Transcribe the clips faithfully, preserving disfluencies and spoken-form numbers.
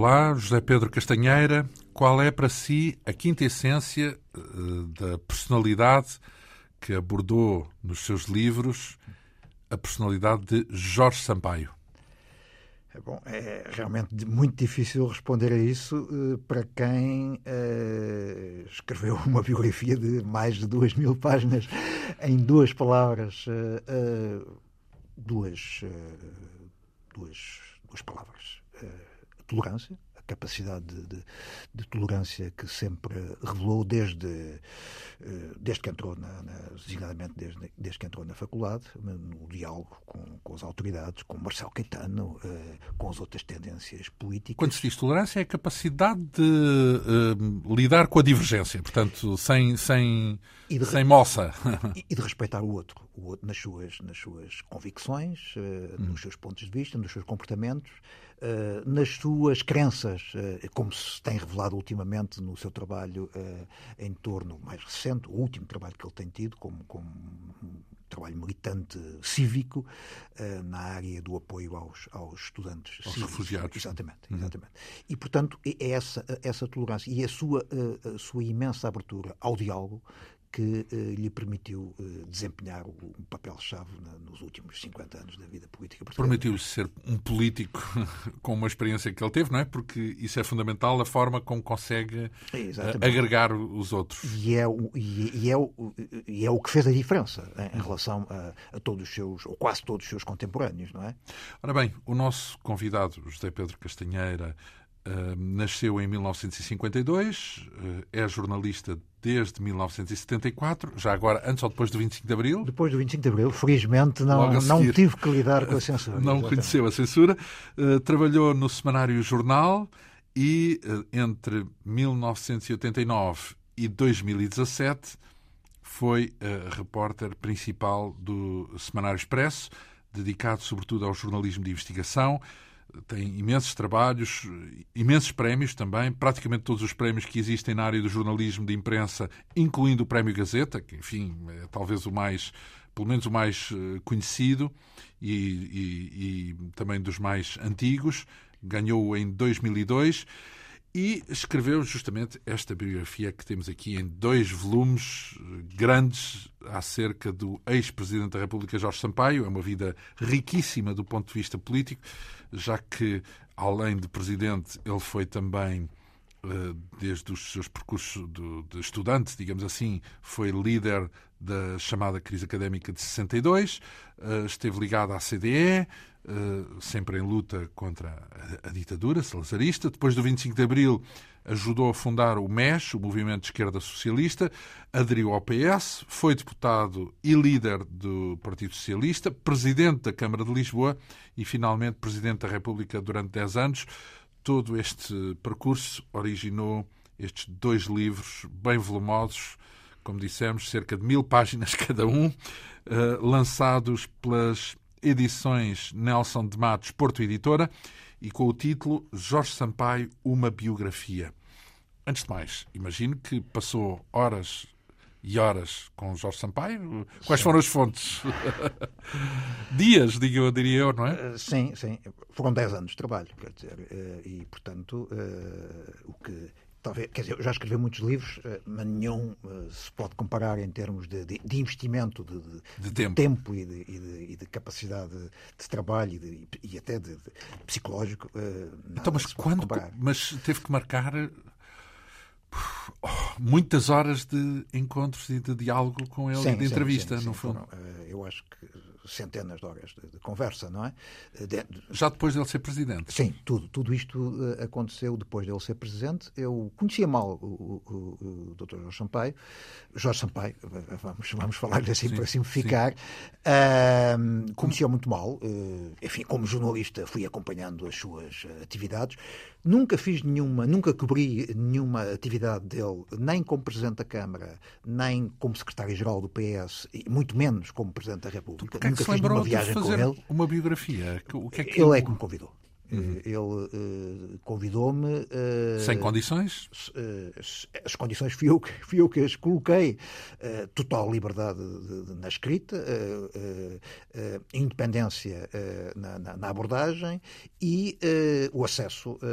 Olá, José Pedro Castanheira. Qual é para si a quinta essência uh, da personalidade que abordou nos seus livros a personalidade de Jorge Sampaio? É, bom, é realmente muito difícil responder a isso uh, para quem uh, escreveu uma biografia de mais de duas mil páginas em duas palavras. Uh, uh, duas, uh, duas, duas palavras. Uh, tolerância, a capacidade de, de, de tolerância que sempre revelou desde, desde que entrou, na, na, designadamente desde, desde que entrou na faculdade, no diálogo com, com as autoridades, com Marcelo Caetano, com as outras tendências políticas. Quando se diz tolerância, é a capacidade de uh, lidar com a divergência, portanto, sem, sem, de, sem moça. E, e de respeitar o outro, o outro nas suas, nas suas convicções, uh, hum. nos seus pontos de vista, nos seus comportamentos, Uh, nas suas crenças, uh, como se tem revelado ultimamente no seu trabalho uh, em torno, mais recente, o último trabalho que ele tem tido, como, como um trabalho militante cívico uh, na área do apoio aos, aos estudantes aos cívicos. refugiados. Exatamente, exatamente. Uhum. E, portanto, é essa, essa tolerância e a sua, uh, a sua imensa abertura ao diálogo que uh, lhe permitiu uh, desempenhar um papel-chave nos últimos cinquenta anos da vida política portuguesa. Permitiu-lhe ser um político com uma experiência que ele teve, não é? Porque isso é fundamental, a forma como consegue uh, agregar os outros. E é, o, e, e, é o, e é o que fez a diferença em, em relação a, a todos os seus, ou quase todos os seus contemporâneos, não é? Ora bem, o nosso convidado, José Pedro Castanheira, Uh, nasceu em mil novecentos e cinquenta e dois, uh, é jornalista desde mil novecentos e setenta e quatro, já agora, antes ou depois do vinte e cinco de Abril? Depois do vinte e cinco de Abril, felizmente não, não tive que lidar com a censura. Não exatamente. Conheceu a censura. Uh, trabalhou no semanário Jornal e, uh, entre mil novecentos e oitenta e nove e dois mil e dezassete, foi uh, repórter principal do Semanário Expresso, dedicado sobretudo ao jornalismo de investigação. Tem imensos trabalhos, imensos prémios também, praticamente todos os prémios que existem na área do jornalismo de imprensa, incluindo o Prémio Gazeta, que, enfim, é talvez o mais, pelo menos o mais conhecido e, e, e também dos mais antigos. Ganhou-o em dois mil e dois e escreveu justamente esta biografia que temos aqui em dois volumes grandes acerca do ex-presidente da República, Jorge Sampaio. É uma vida riquíssima do ponto de vista político, já que, além de presidente, ele foi também, desde os seus percursos de estudante, digamos assim, foi líder da chamada crise académica de sessenta e dois, esteve ligado à C D E, sempre em luta contra a ditadura salazarista. Depois do vinte e cinco de Abril, ajudou a fundar o M E S, o Movimento de Esquerda Socialista, aderiu ao P S, foi deputado e líder do Partido Socialista, presidente da Câmara de Lisboa e, finalmente, presidente da República durante dez anos. Todo este percurso originou estes dois livros bem volumosos, como dissemos, cerca de mil páginas cada um, lançados pelas edições Nelson de Matos Porto Editora e com o título Jorge Sampaio, uma biografia. Antes de mais, imagino que passou horas e horas com Jorge Sampaio. Quais sim. foram as fontes? Dias, digo, diria eu, não é? Uh, sim, sim. Foram dez anos de trabalho, quer dizer, uh, e, portanto, uh, o que... Talvez, quer dizer, eu já escrevi muitos livros, mas nenhum uh, se pode comparar em termos de, de, de investimento, de, de, de tempo, tempo. tempo e, de, e, de, e de capacidade de, de trabalho e, de, e até de, de psicológico. Uh, então, mas quando? Mas teve que marcar oh, muitas horas de encontros e de diálogo com ele, sim, e de sim, entrevista, sim, no sim, fundo. Foram, uh, eu acho que centenas de horas de, de conversa, não é? De, de... Já depois dele ser presidente? Sim, tudo. Tudo isto uh, aconteceu depois dele ser presidente. Eu conhecia mal o, o, o, o doutor Jorge Sampaio. Jorge Sampaio, vamos, vamos falar assim sim, para simplificar. Uh, conhecia muito mal. Uh, enfim, como jornalista fui acompanhando as suas atividades. Nunca fiz nenhuma, nunca cobri nenhuma atividade dele, nem como Presidente da Câmara, nem como Secretário-Geral do P S, e muito menos como Presidente da República. Então, nunca fiz nenhuma viagem com ele. Uma biografia? O que é que... Ele é que me convidou. Uhum. Ele uh, convidou-me... Uh, Sem condições? Uh, as condições fui eu, fui eu que as coloquei. Uh, total liberdade de, de, na escrita, uh, uh, uh, independência uh, na, na, na abordagem e uh, o acesso uh,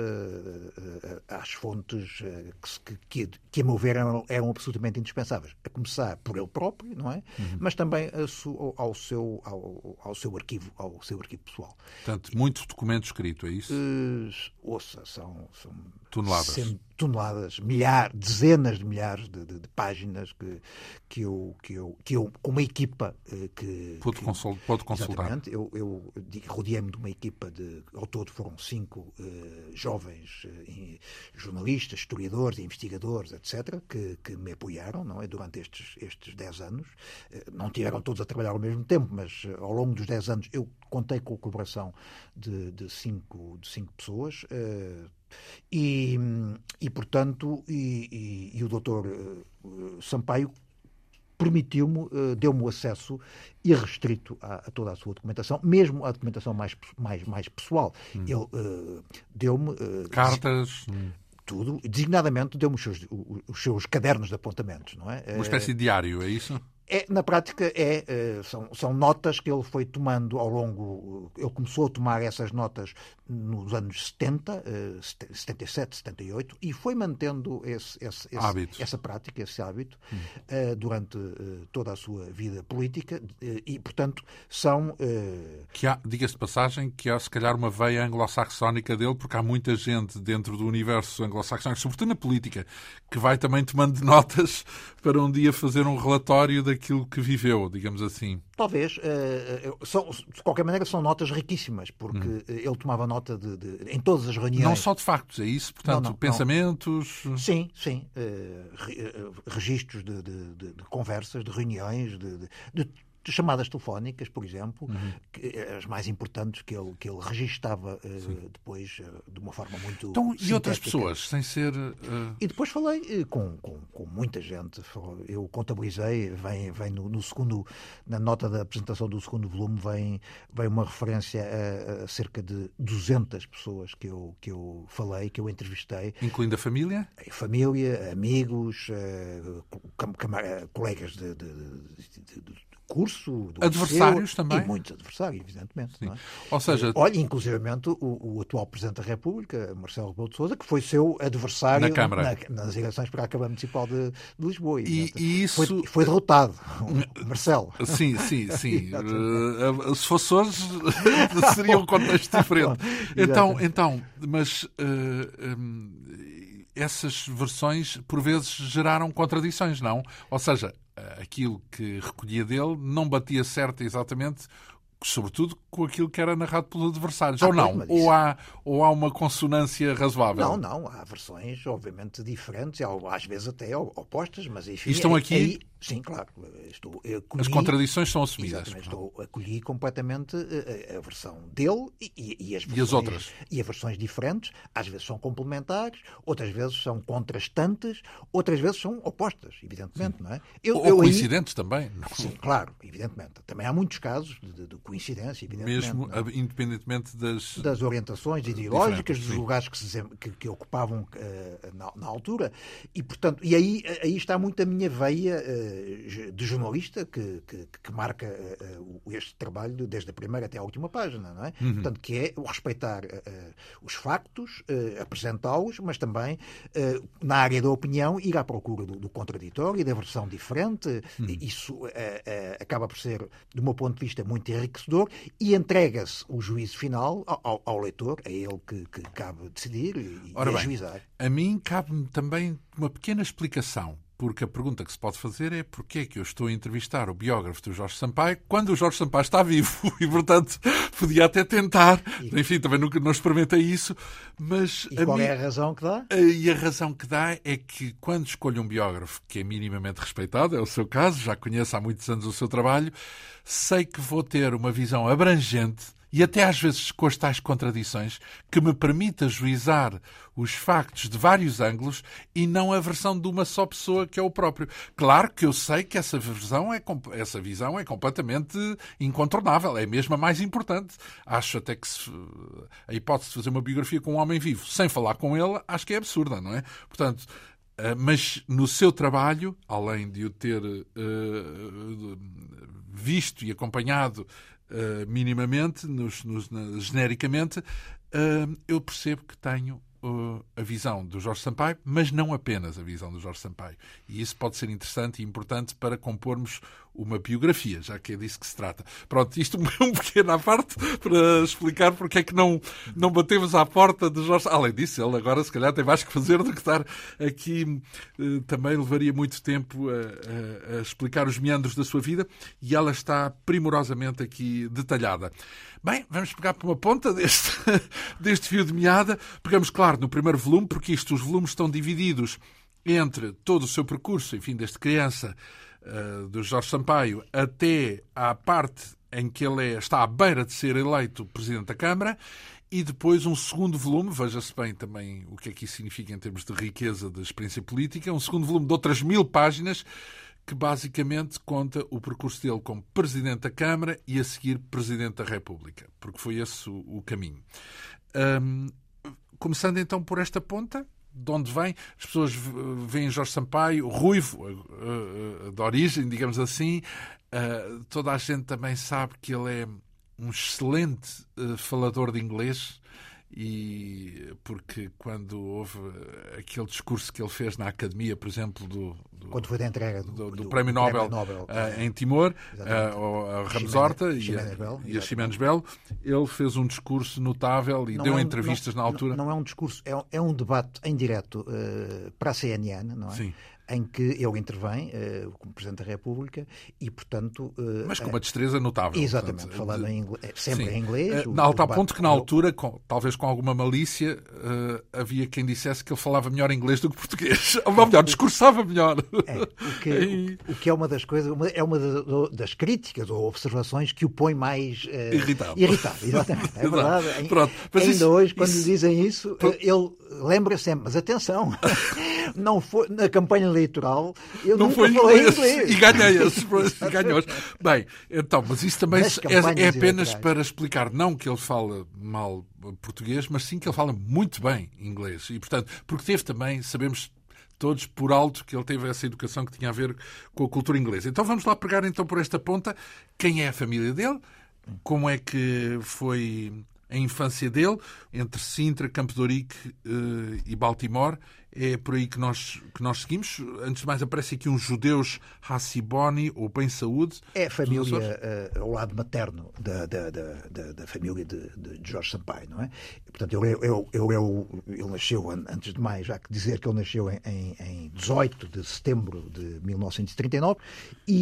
uh, às fontes uh, que, que, que, a meu ver, eram, eram absolutamente indispensáveis. A começar por ele próprio, não é? Uhum. Mas também ao, ao, seu, ao, ao seu arquivo, ao seu arquivo pessoal. Portanto, muito documento escrito, é isso? Uh, ouça, são, são toneladas. Cent, toneladas, milhares, dezenas de milhares de, de, de páginas que, que, eu, que, eu, que eu, com uma equipa uh, que... Pode, que, consult, pode consultar. Exatamente. Eu, eu rodeei-me de uma equipa de... Ao todo foram cinco uh, jovens uh, jornalistas, historiadores, investigadores, etcétera, que, que me apoiaram, não é? Durante estes, estes dez anos. Uh, não tiveram todos a trabalhar ao mesmo tempo, mas uh, ao longo dos dez anos eu contei com a colaboração de, de, cinco, de cinco pessoas. Uh, E, e, portanto, e, e, e o doutor uh, Sampaio permitiu-me, uh, deu-me o acesso irrestrito a, a toda a sua documentação, mesmo a documentação mais, mais, mais pessoal. Hum. Ele uh, deu-me... Uh, Cartas... Tudo. Designadamente deu-me os seus, os seus cadernos de apontamentos, não é? Uma espécie de diário, é isso? É, na prática, é, são, são notas que ele foi tomando ao longo... Ele começou a tomar essas notas nos anos setenta, setenta e sete, setenta e oito, e foi mantendo esse, esse, esse, essa prática, esse hábito, hum. durante toda a sua vida política, e, portanto, são... Que há, diga-se de passagem, que há, se calhar, uma veia anglo-saxónica dele, porque há muita gente dentro do universo anglo-saxónico, sobretudo na política, que vai também tomando notas para um dia fazer um relatório daquilo que viveu, digamos assim. Talvez. Uh, são, de qualquer maneira, são notas riquíssimas, porque hum. ele tomava nota de, de, em todas as reuniões. Não só de factos, é isso? Portanto, não, não, pensamentos... Não. Sim, sim. Uh, registros de, de, de, de conversas, de reuniões, de, de, de de chamadas telefónicas, por exemplo, uhum. que, as mais importantes que ele, que ele registava uh, depois uh, de uma forma muito Então, sintética. E outras pessoas, sem ser... Uh... E depois falei uh, com, com, com muita gente. Eu contabilizei, vem, vem no, no segundo, na nota da apresentação do segundo volume, vem, vem uma referência a, a cerca de duzentas pessoas que eu, que eu falei, que eu entrevistei. Incluindo a família? A família, amigos, uh, cam, cam, colegas de, de, de, de curso, do adversários liceu, também. E muitos adversários, evidentemente. Não é? Ou seja... Olha, inclusivamente o, o atual Presidente da República, Marcelo Rebelo de Sousa, que foi seu adversário na Câmara. Na, nas eleições para a Câmara Municipal de, de Lisboa. E, e isso... Foi, foi derrotado, o Marcelo. Sim, sim, sim. uh, se fosse hoje, seria um contexto diferente. Então, então, mas... Uh, um, essas versões, por vezes, geraram contradições, não? Ou seja, aquilo que recolhia dele não batia certo exatamente, sobretudo com aquilo que era narrado pelos adversários. Ah, ou não? Isso... Ou, há, ou há uma consonância razoável? Não, não. Há versões, obviamente, diferentes, às vezes até opostas, mas enfim... E estão aqui... Aí... Sim, claro. Estou, acolhi, as contradições são assumidas. Exatamente. Estou, acolhi completamente a, a versão dele e, e, as versões, e as outras. E as versões diferentes. Às vezes são complementares, outras vezes são contrastantes, outras vezes são opostas, evidentemente. Sim. Não é? Eu, Ou eu coincidentes aí... também. Sim, claro, evidentemente. Também há muitos casos de, de coincidência, evidentemente. Mesmo não? independentemente das... Das orientações ideológicas, dos lugares que, se, que, que ocupavam uh, na, na altura. E, portanto, e aí, aí está muito a minha veia... Uh, de jornalista que, que, que marca uh, este trabalho desde a primeira até à última página, não é? Uhum. Portanto, que é o respeitar uh, os factos, uh, apresentá-los, mas também, uh, na área da opinião, ir à procura do, do contraditório e da versão diferente. Uhum. Isso uh, uh, acaba por ser, do meu ponto de vista, muito enriquecedor e entrega-se o juízo final ao, ao leitor, a ele que, que cabe decidir e, Ora e bem, ajuizar. A mim cabe-me também uma pequena explicação. Porque a pergunta que se pode fazer é porquê é que eu estou a entrevistar o biógrafo do Jorge Sampaio quando o Jorge Sampaio está vivo e, portanto, podia até tentar. E... Enfim, também nunca não experimentei isso. Mas e qual mim... é a razão que dá? E a razão que dá é que quando escolho um biógrafo que é minimamente respeitado, é o seu caso, já conheço há muitos anos o seu trabalho, sei que vou ter uma visão abrangente e até às vezes com as tais contradições, que me permite ajuizar os factos de vários ângulos e não a versão de uma só pessoa que é o próprio. Claro que eu sei que essa visão é, essa visão é completamente incontornável, é mesmo a mais importante. Acho até que se, a hipótese de fazer uma biografia com um homem vivo sem falar com ele, acho que é absurda, não é? Portanto, mas no seu trabalho, além de o ter uh, visto e acompanhado uh, minimamente, nos, nos, genericamente, uh, eu percebo que tenho uh, a visão do Jorge Sampaio, mas não apenas a visão do Jorge Sampaio. E isso pode ser interessante e importante para compormos uma biografia, já que é disso que se trata. Pronto, isto é um pequeno à parte para explicar porque é que não, não batemos à porta de Jorge. Além disso, ele agora se calhar tem mais que fazer do que estar aqui. Eh, também levaria muito tempo a, a, a explicar os meandros da sua vida e ela está primorosamente aqui detalhada. Bem, vamos pegar por uma ponta deste, deste fio de meada. Pegamos, claro, no primeiro volume, porque isto, os volumes estão divididos entre todo o seu percurso, enfim, desde criança, Uh, do Jorge Sampaio até à parte em que ele é, está à beira de ser eleito Presidente da Câmara, e depois um segundo volume, veja-se bem também o que é que isso significa em termos de riqueza da experiência política, um segundo volume de outras mil páginas que basicamente conta o percurso dele como Presidente da Câmara e a seguir Presidente da República, porque foi esse o, o caminho. Um, começando então por esta ponta, de onde vem, as pessoas veem Jorge Sampaio, ruivo, de origem, digamos assim. Toda a gente também sabe que ele é um excelente falador de inglês, e porque quando houve aquele discurso que ele fez na Academia, por exemplo, do, do, quando foi da entrega do, do, do, do Prémio Nobel, Nobel uh, em Timor, uh, ao Ramos Horta e a Ximenes Belo, ele fez um discurso notável e não deu é um, entrevistas não, na altura. Não, não é um discurso, é, é um debate em direto uh, para a C N N, não é? Sim. Em que ele intervém uh, como Presidente da República e, portanto... Uh, Mas com uma destreza notável. Exatamente, portanto, falando de... em inglês, sempre Sim. em inglês. Uh, a tal ponto que na altura, com, talvez com alguma malícia, uh, havia quem dissesse que ele falava melhor inglês do que português. Ou melhor, discursava melhor. É, o, que, e... o, o que é uma das coisas, uma, é uma das críticas ou observações que o põe mais uh, irritado. irritado. Exatamente, é verdade. Pronto, mas ainda isso, hoje, quando isso... lhe dizem isso, ele lembra sempre, mas atenção, não foi, na campanha eleitoral eu não nunca foi falei inglês, inglês. E ganhei-as. ganhou Bem, então, mas isso também é, é apenas eleitorais. Para explicar, não que ele fala mal português, mas sim que ele fala muito bem inglês. E, portanto, porque teve também, sabemos todos por alto que ele teve essa educação que tinha a ver com a cultura inglesa. Então vamos lá pegar então por esta ponta quem é a família dele, como é que foi a infância dele, entre Sintra, Campo de Ourique uh, e Baltimore. É por aí que nós, que nós seguimos. Antes de mais, aparece aqui uns judeus Hassiboni, ou Bem Saúde. É a família, uh, ao lado materno da, da, da, da, da família de, de Jorge Sampaio, não é? Portanto, ele, ele, ele, ele, ele nasceu, antes de mais, há que dizer que ele nasceu em, em, em dezoito de setembro de mil novecentos e trinta e nove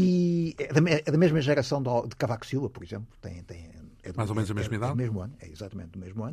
e é da, é da mesma geração de, de Cavaco Silva, por exemplo. Tem... tem É do, mais ou menos a mesma é, idade? É do mesmo ano, é exatamente do mesmo ano.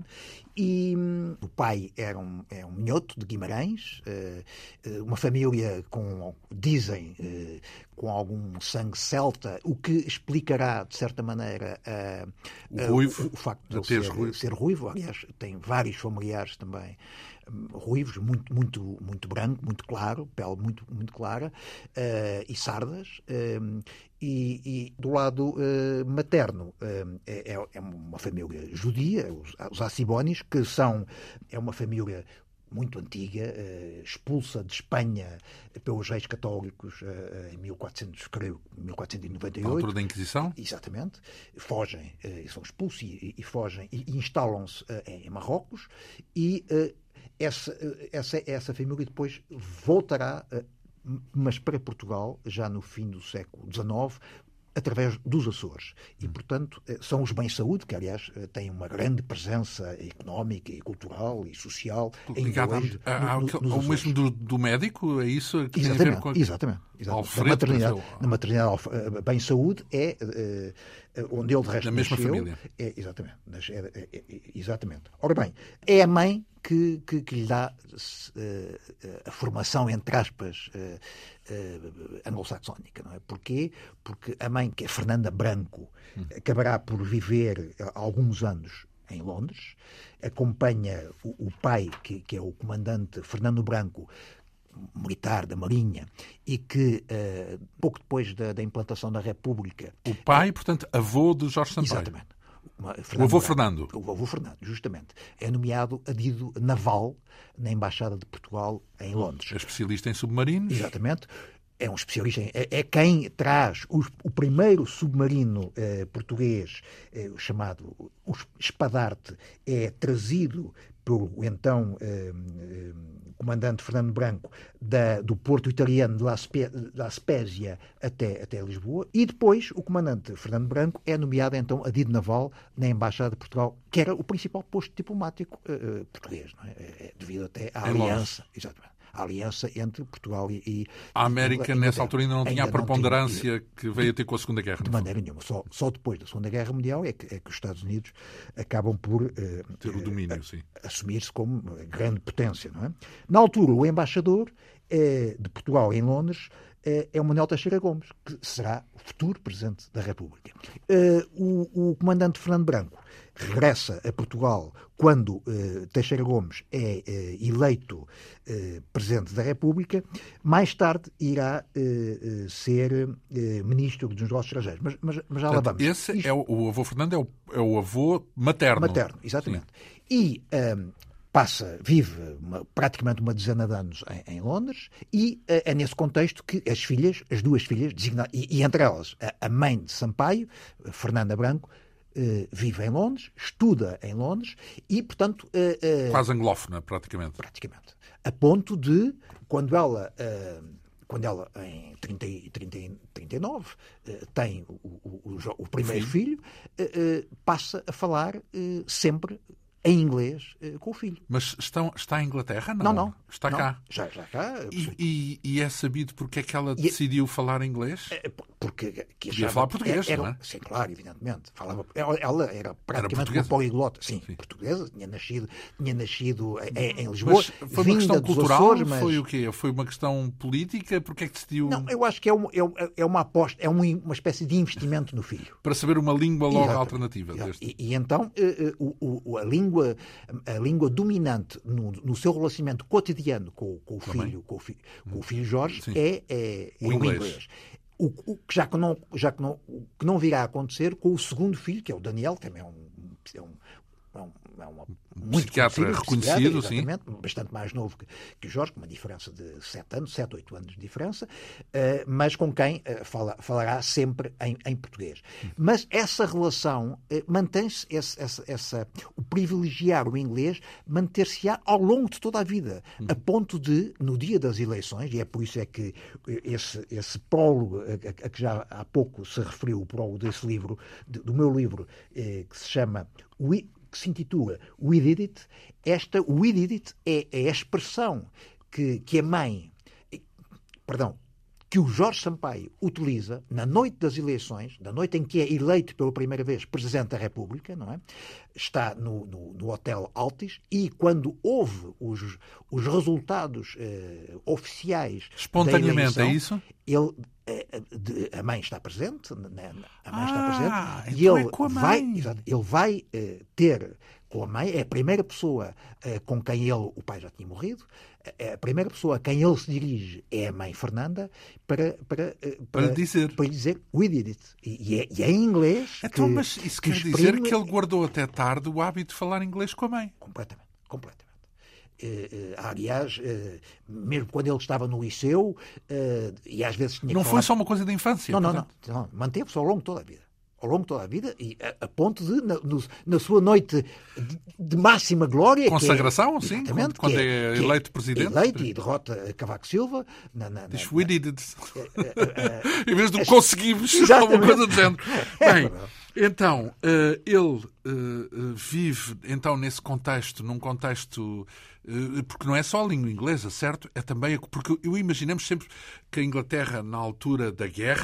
E hum, o pai era um, é um minhoto de Guimarães, uh, uma família com, dizem, uh, com algum sangue celta, o que explicará, de certa maneira, uh, o, ruivo, uh, o, o facto de ele ser ruivo. ser ruivo. Aliás, tem vários familiares também ruivos, muito, muito, muito branco, muito claro, pele muito, muito clara, uh, e sardas. Uh, e, e do lado uh, materno uh, é, é uma família judia, os, os Hassibonis, que são, é uma família muito antiga, uh, expulsa de Espanha pelos reis católicos uh, em mil e quatrocentos, creio, mil quatrocentos e noventa e oito. Na altura da Inquisição? Exatamente. Fogem, uh, são expulsos e, e fogem e, e instalam-se uh, em Marrocos e uh, essa, essa, essa família depois voltará, uh, mas para Portugal, já no fim do século dezenove, através dos Açores. E, portanto, são os bens de saúde, que, aliás, têm uma grande presença económica e cultural e social. Ligado hoje, a, a, no, no, ao mesmo do, do médico? É isso que exatamente, tem a ver com a... Exatamente. exatamente. Alfredo, na maternidade, na maternidade bem de saúde é uh, onde ele de resto na mesma nasceu. família. É, exatamente, é, é, é, exatamente. Ora bem, é a mãe que, que, que lhe dá uh, a formação, entre aspas, uh, uh, anglo-saxónica, não é? Porquê? Porque a mãe mãe, que é Fernanda Branco, hum. acabará por viver alguns anos em Londres, acompanha o, o pai, que, que é o comandante Fernando Branco, militar da Marinha, e que, uh, pouco depois da, da implantação da República... O pai, portanto, avô de Jorge Sampaio. Exatamente. Uma, o avô Fernando. O avô Fernando, justamente. É nomeado adido naval na Embaixada de Portugal em Londres. É especialista em submarinos. Exatamente. É um especialista, em, é, é quem traz o, o primeiro submarino eh, português, eh, chamado o Espadarte, é trazido pelo então eh, eh, comandante Fernando Branco da, do porto italiano de La, Spe, La Spezia até, até Lisboa, e depois o comandante Fernando Branco é nomeado então adido naval na Embaixada de Portugal, que era o principal posto diplomático eh, português, não é? É, devido até à aliança. Exatamente. A aliança entre Portugal e... e a América, e, nessa altura, ainda não tinha a preponderância tinha, que veio a ter com a Segunda Guerra. De maneira nenhuma. Só, só depois da Segunda Guerra Mundial é que, é que os Estados Unidos acabam por uh, ter o domínio, uh, sim. assumir-se como grande potência. Não é? Na altura, o embaixador uh, de Portugal em Londres uh, é o Manuel Teixeira Gomes, que será o futuro Presidente da República. Uh, o, o comandante Fernando Branco regressa a Portugal quando uh, Teixeira Gomes é uh, eleito uh, Presidente da República. Mais tarde irá uh, uh, ser uh, Ministro dos Negócios Estrangeiros. Mas, mas, mas já Portanto, lá vamos. Esse Isto... é o, o avô Fernando é o, é o avô materno. Materno, exatamente. Sim. E um, passa, vive uma, praticamente uma dezena de anos em, em Londres, e uh, é nesse contexto que as filhas, as duas filhas, designadas, e, e entre elas a, a mãe de Sampaio, Fernanda Branco, Uh, vive em Londres, estuda em Londres e, portanto... Uh, uh, quase anglófona, praticamente. Praticamente. A ponto de, quando ela, uh, quando ela em trinta, trinta, trinta e nove, uh, tem o, o, o, o primeiro filho, filho uh, uh, passa a falar uh, sempre em inglês uh, com o filho. Mas estão, está em Inglaterra? Não, não. não está não, cá. Já, já cá. E, e, e é sabido porque é que ela decidiu e, falar inglês? Porque que Podia falar português, era, não é? Sim, claro, evidentemente. Falava, ela era praticamente era uma poliglota. Sim, sim, portuguesa. Tinha nascido, tinha nascido em, em Lisboa. Mas foi uma questão cultural? Açores, mas... Foi o quê? Foi uma questão política? Porque é que decidiu... Não, eu acho que é, um, é, é uma aposta, é uma, uma espécie de investimento no filho. Para saber uma língua logo Exato. alternativa. E, e então uh, uh, uh, a, língua, a língua dominante no, no seu relacionamento cotidiano com, com, o, filho, com, o, filho, com o filho Jorge é, é, o é inglês. o inglês. O, o, já que não, já que não, o que não virá a acontecer com o segundo filho, que é o Daniel, que também é um, é um, é um, é uma, muito psiquiatra reconhecido, sim. Bastante mais novo que, que o Jorge, com uma diferença de sete anos, sete, oito anos de diferença, uh, mas com quem uh, fala, falará sempre em, em português. Hum. Mas essa relação uh, mantém-se, esse, essa, essa, o privilegiar o inglês, manter-se-á ao longo de toda a vida, hum. a ponto de, no dia das eleições, e é por isso é que esse, esse prólogo, a, a que já há pouco se referiu, o prólogo desse livro, de, do meu livro, uh, que se chama... We, que se intitula We Did It, esta We Did It é, é a expressão que, que a mãe, perdão, que o Jorge Sampaio utiliza na noite das eleições, na noite em que é eleito pela primeira vez Presidente da República, não é? Está no, no, no Hotel Altis, e quando houve os, os resultados eh, oficiais espontaneamente, da eleição, é isso? Ele, a mãe está presente, a mãe ah, está presente, então e ele é com a vai, mãe. ele vai uh, ter com a mãe, é a primeira pessoa uh, com quem ele, o pai já tinha morrido, a primeira pessoa a quem ele se dirige é a mãe Fernanda, para, para, uh, para, lhe dizer. para lhe dizer We did it. E, e, é, e é em inglês. Então, que, mas isso que quer exprime... dizer que ele guardou até tarde o hábito de falar inglês com a mãe? Completamente, completamente. Uh, uh, aliás, uh, mesmo quando ele estava no liceu, uh, e às vezes tinha Não que foi falar... só uma coisa da infância? Não, não, não, não. Manteve-se ao longo de toda a vida. Ao longo de toda a vida, e a, a ponto de, na, no, na sua noite de, de máxima glória... Consagração, que é, sim, quando, quando é, é eleito presidente. Eleito e derrota Cavaco Silva. Na, na, Diz, na, we did it. Uh, uh, uh, em vez de as... conseguimos, alguma coisa do género. Bem, então, uh, ele uh, vive, então, nesse contexto, num contexto... Uh, porque não é só a língua inglesa, certo? É também... Porque eu imaginamos sempre que a Inglaterra, na altura da guerra,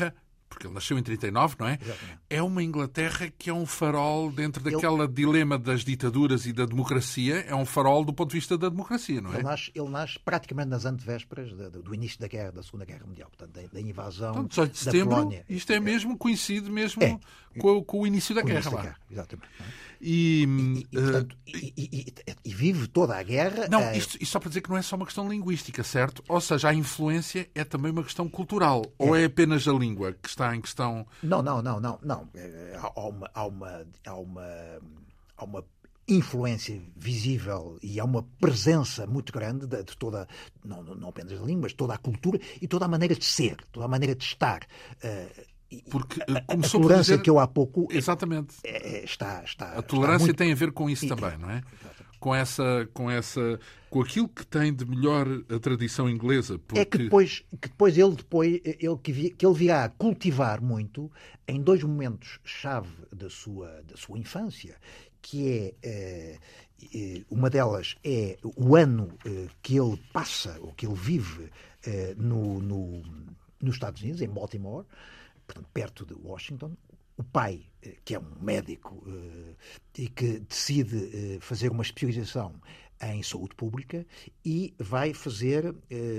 porque ele nasceu em trinta e nove, não é? Exatamente. É uma Inglaterra que é um farol dentro daquela ele... dilema das ditaduras e da democracia, é um farol do ponto de vista da democracia, não é? Ele nasce, ele nasce praticamente nas antevésperas do, do início da guerra, da Segunda Guerra Mundial, portanto, da, da invasão então, dezoito de da setembro, Polónia. Isto é mesmo, coincide mesmo é, com, com o início da com o guerra. Início da lá. guerra, exatamente. E, e, e, portanto, uh, e, e, e vive toda a guerra... Não, uh, isto, isto só para dizer que não é só uma questão linguística, certo? Ou seja, a influência é também uma questão cultural. É. Ou é apenas a língua que está em questão... Não, não, não, não. não. Há, uma, há, uma, há, uma, há uma influência visível e há uma presença muito grande de, de toda, não, não apenas da língua, mas toda a cultura e toda a maneira de ser, toda a maneira de estar. Uh, Porque a, começou a tolerância por dizer... que eu há pouco... Exatamente. É, é, está, está, a tolerância muito... tem a ver com isso e, também, não é? Exatamente. Com essa, com essa, com aquilo que tem de melhor a tradição inglesa. Porque... É que depois, que depois ele depois ele que, vi, que ele virá a cultivar muito em dois momentos chave da sua da sua infância, que é eh, uma delas é o ano eh, que ele passa ou que ele vive eh, no, no nos Estados Unidos, em Baltimore, portanto, perto de Washington. O pai, que é um médico e que decide fazer uma especialização em saúde pública e vai fazer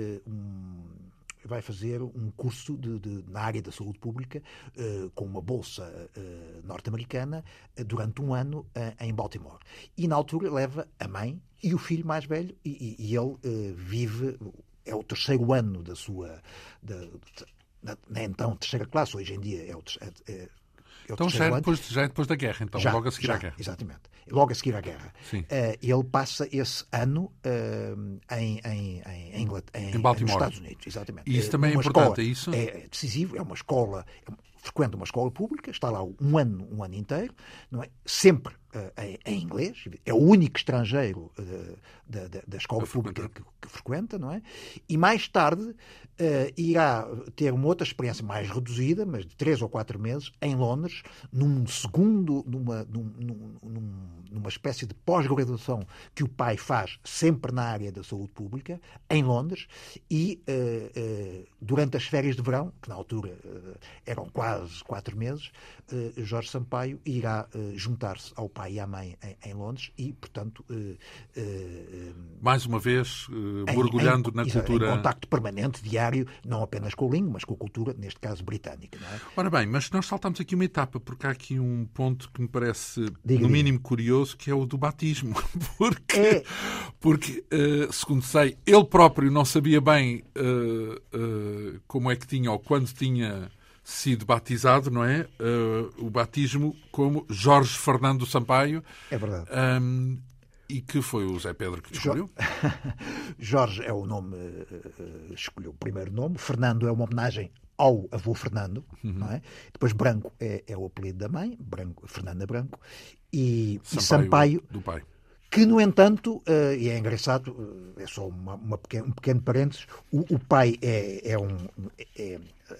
um, vai fazer um curso de, de, na área da saúde pública com uma bolsa norte-americana durante um ano em Baltimore. E na altura leva a mãe e o filho mais velho e, e ele vive, é o terceiro ano da sua... Da, da, na então terceira classe, hoje em dia é o terceiro, é, é então já é, depois, já é depois da guerra, então, já, logo a seguir já, à guerra. Exatamente. Logo a seguir à guerra. Sim. Uh, ele passa esse ano uh, em, em, em, em, em Baltimore. nos Estados Unidos. Exatamente. E isso uh, também é importante, escola, é isso? É decisivo, é uma escola, é, frequenta uma escola pública, está lá um ano, um ano inteiro, não é? Sempre uh, em, em inglês, é o único estrangeiro uh, da, da, da escola pública que, que frequenta, não é? E mais tarde uh, irá ter uma outra experiência mais reduzida, mas de três ou quatro meses, em Londres, num segundo, numa, num, num, numa espécie de pós-graduação que o pai faz sempre na área da saúde pública, em Londres, e uh, uh, durante as férias de verão, que na altura uh, eram quase quatro meses, uh, Jorge Sampaio irá uh, juntar-se ao pai e à mãe em, em Londres e, portanto... Uh, uh, Mais uma vez, uh, mergulhando em, na em, cultura... Em contacto permanente, diário, não apenas com a língua, mas com a cultura, neste caso, britânica. Não é? Ora bem, mas nós saltamos aqui uma etapa, porque há aqui um ponto que me parece, diga, no mínimo, diga. curioso, que é o do batismo. Porque, é... porque uh, segundo sei, ele próprio não sabia bem uh, uh, como é que tinha ou quando tinha... sido batizado, não é? Uh, o batismo como Jorge Fernando Sampaio. É verdade. Um, e que foi o Zé Pedro que descobriu. Jorge é o nome, uh, escolheu o primeiro nome. Fernando é uma homenagem ao avô Fernando, uhum. não é? Depois Branco é, é o apelido da mãe, Branco, Fernanda Branco. E Sampaio, e Sampaio do pai. Que, no entanto, uh, e é engraçado, uh, é só uma, uma pequeno, um pequeno parênteses, o, o pai é, é um... É,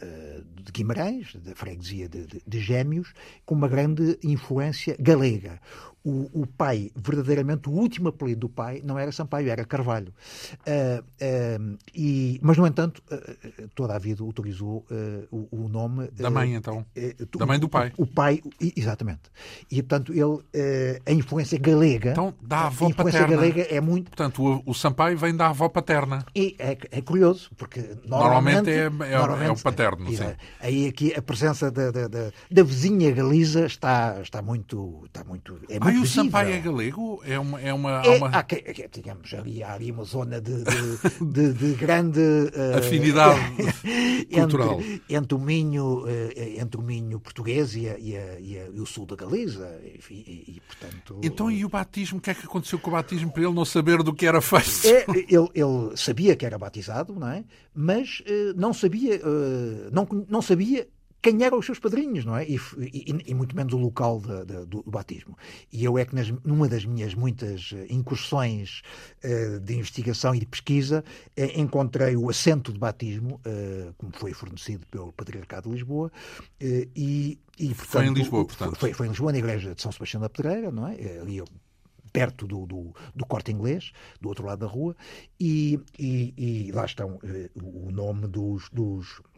de Guimarães, da freguesia de, de, de Gêmeos, com uma grande influência galega. O, o pai, verdadeiramente, o último apelido do pai não era Sampaio, era Carvalho. Uh, uh, e, mas, no entanto, uh, toda a vida utilizou uh, o, o nome... Da mãe, então. Uh, da mãe do pai. O, o pai, exatamente. E, portanto, ele, uh, a influência galega... Então, da avó a influência paterna. galega é muito... Portanto, o, o Sampaio vem da avó paterna. E é, é curioso, porque normalmente, normalmente... é, é, normalmente, é o paterno, sim. É, aí aqui a presença da, da, da, da vizinha Galiza está, está muito... Está muito é muito ah, e o visível. Sampaio é galego? É uma... É uma, é, uma... Há, digamos, ali, há ali uma zona de, de, de, de grande... Uh, afinidade cultural. Entre, entre, o Minho, uh, entre o Minho português e, a, e, a, e, a, e o sul da Galiza. E, e, e, portanto... Então, e o batismo? O que é que aconteceu com o batismo para ele não saber do que era feito? É, ele, ele sabia que era batizado, não é? Mas uh, não sabia... Uh, não, não sabia quem eram os seus padrinhos, não é? E, e, e muito menos o local de, de, do, do batismo. E eu é que nas, numa das minhas muitas incursões uh, de investigação e de pesquisa uh, encontrei o assento de batismo, uh, como foi fornecido pelo Patriarcado de Lisboa, uh, e, e portanto, foi em Lisboa, portanto. Foi, foi em Lisboa, na igreja de São Sebastião da Pedreira, não é? Ali eu perto do, do, do Corte Inglês, do outro lado da rua, e, e, e lá estão uh, o nome dos, dos,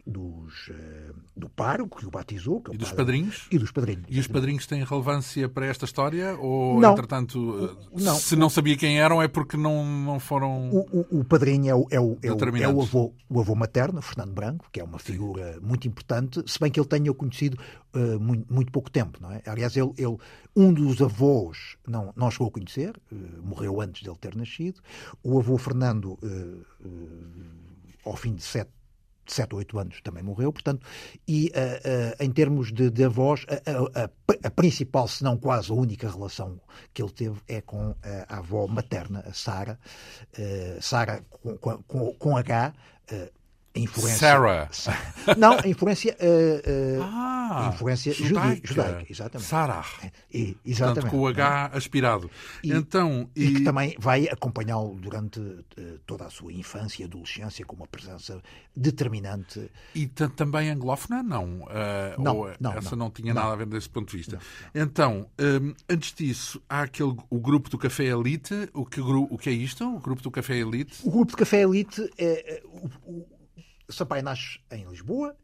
dos, do pároco que o batizou. Que é o e dos padre, padrinhos? E dos padrinhos. E os padrinhos têm relevância para esta história? Ou, não, entretanto, não. se não sabia quem eram é porque não, não foram... O, o, o padrinho é o, é, o, é, o, é o, avô, o avô materno, Fernando Branco, que é uma figura Sim. muito importante, se bem que ele tenha conhecido uh, muito, muito pouco tempo, não é? Aliás, ele, ele, um dos avós não, não chegou a conhecer, uh, morreu antes dele ter nascido. O avô Fernando, uh, uh, ao fim de sete sete ou oito anos também morreu, portanto, e uh, uh, em termos de, de avós, a, a, a principal, se não quase a única relação que ele teve é com uh, a avó materna, a Sara, uh, Sara com, com, com H, uh, a influência... Sarah. Não, a influência, uh, uh, ah, a influência judaica. judaica, exatamente. Sarah. E, exatamente. Portanto, com o H aspirado. E, então, e... e que também vai acompanhá-lo durante uh, toda a sua infância e adolescência com uma presença determinante. E também anglófona? Não. Uh, não, ou não essa não, não tinha não. nada a ver desse ponto de vista. Não, não. Então, um, antes disso, há aquele, o grupo do Café Elite. O que, o que é isto? O grupo do Café Elite? O grupo do Café Elite é... O, o, Sampaio nasce em Lisboa,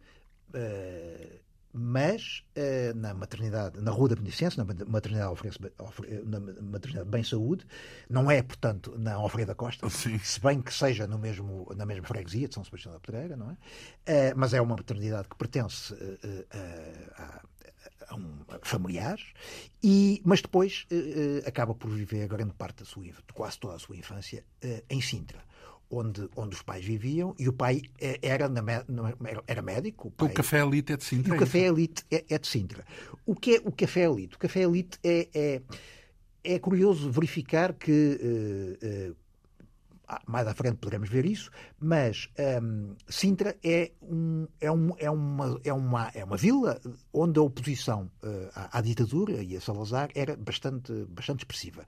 uh, mas uh, na maternidade, na Rua da Beneficência, na maternidade, Alfredo, na maternidade Bem Saúde, não é, portanto, na Alfredo da Costa, Sim. se bem que seja no mesmo, na mesma freguesia de São Sebastião da Pedreira, não é? Uh, mas é uma maternidade que pertence uh, uh, a, a um familiares, e, mas depois uh, uh, acaba por viver grande parte da sua, quase toda a sua infância uh, em Sintra. Onde, onde os pais viviam, e o pai era, na, era médico. O, pai, o Café Elite é de Sintra? E o Café Elite é, é de Sintra. O que é o Café Elite? O Café Elite é, é, é curioso verificar que, uh, uh, mais à frente poderemos ver isso, mas um, Sintra é, um, é, um, é, uma, é, uma, é uma vila onde a oposição uh, à, à ditadura e a Salazar era bastante, bastante expressiva.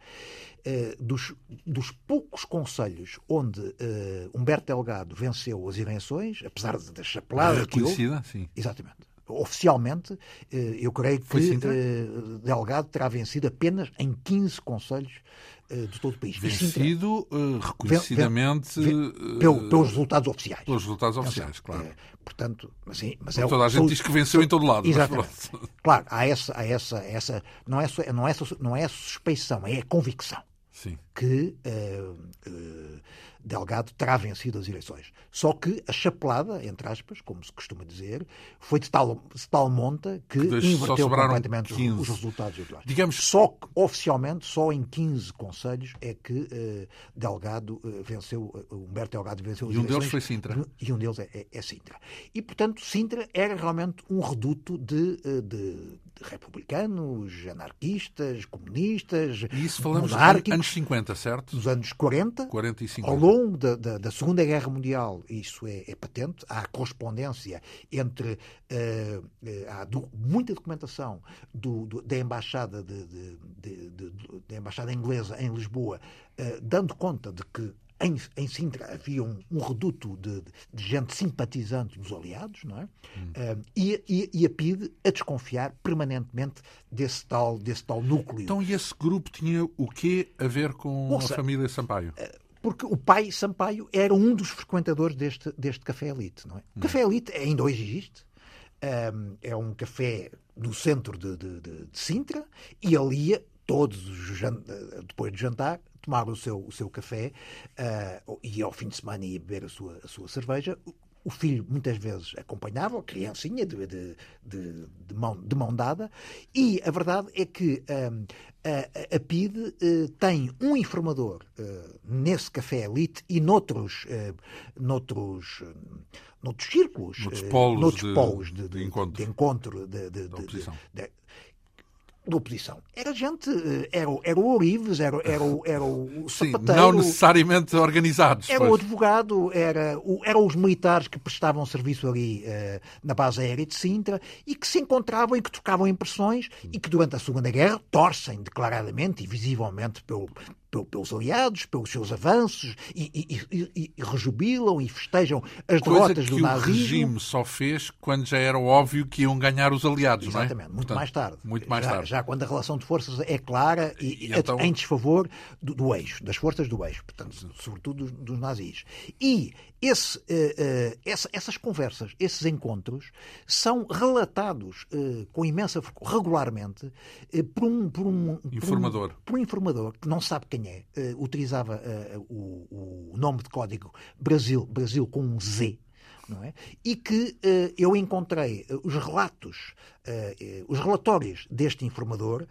Uh, dos, dos poucos concelhos onde uh, Humberto Delgado venceu as eleições, apesar da chapelada que houve... Sim. Exatamente. Oficialmente, uh, eu creio que uh, Delgado terá vencido apenas em quinze concelhos uh, de todo o país. Vencido uh, reconhecidamente... Ven, ven, pelo, pelos resultados oficiais. Pelos resultados oficiais, Então, claro. É, portanto, mas, sim, mas é, é toda a gente sou, diz que venceu sou, em todo lado. Exatamente. Claro, há essa... Há essa, essa não, é, não, é, não é a suspeição, é a convicção. Sim. Que uh, uh, Delgado terá vencido as eleições. Só que a chapelada, entre aspas, como se costuma dizer, foi de tal, de tal monta que, que inverteu completamente os, os resultados eleitorais. Digamos... Só que, oficialmente, só em quinze concelhos é que uh, Delgado uh, venceu, uh, Humberto Delgado venceu as eleições. E um eleições. deles foi Sintra. E um deles é, é, é Sintra. E, portanto, Sintra era realmente um reduto de, de, de republicanos, anarquistas, comunistas, e isso falamos monárquicos. Anos cinquenta, certo? Nos anos quarenta, quarenta e cinquenta. Ao longo da, da, da Segunda Guerra Mundial, isso é, é patente, há correspondência entre, uh, uh, há do, muita documentação do, do, da, embaixada de, de, de, de, da embaixada inglesa em Lisboa, uh, dando conta de que Em, em Sintra havia um, um reduto de, de gente simpatizante dos aliados, não é? Hum. Uh, e, e, e a P I D a desconfiar permanentemente desse tal, desse tal núcleo. Então, e esse grupo tinha o quê a ver com Ouça, a família Sampaio? Uh, porque o pai Sampaio era um dos frequentadores deste, deste Café Elite, não é? O hum. Café Elite ainda hoje existe. Um, é um café no centro de, de, de, de Sintra, e ali ia todos, depois de jantar, tomar o seu, o seu café uh, e ao fim de semana ia beber a sua, a sua cerveja. O filho muitas vezes acompanhava, a criancinha de, de, de, de, mão, de mão dada, e a verdade é que um, a, a P I D uh, tem um informador uh, nesse Café Elite e noutros, uh, noutros, uh, noutros círculos, noutros polos, uh, noutros de, polos de, de, de encontro, de, encontro de, de, da oposição. De, de, da oposição. Era gente, era, era o Ourives, era, era, o, era o sapateiro. Sim, não necessariamente organizados. Era pois. o advogado, era, o, eram os militares que prestavam serviço ali uh, na base aérea de Sintra e que se encontravam e que trocavam impressões e que durante a Segunda Guerra torcem declaradamente e visivelmente pelo, pelos aliados, pelos seus avanços, e, e, e, e rejubilam e festejam as Coisa derrotas que do o nazismo. regime só fez quando já era óbvio que iam ganhar os aliados, Exatamente, não é? muito Portanto, mais tarde. Muito mais já, tarde. já quando a relação de forças é clara e, E então... em desfavor do, do eixo, das forças do eixo, portanto, sobretudo dos, dos nazis. E esse, uh, uh, essa, essas conversas, esses encontros, são relatados uh, com imensa regularmente uh, por, um, por, um, informador. Por, um, por um informador que não sabe quem é, uh, utilizava uh, o, o nome de código Brasil, Brasil com um Z. Não é? E que uh, eu encontrei uh, os relatos, uh, uh, os relatórios deste informador,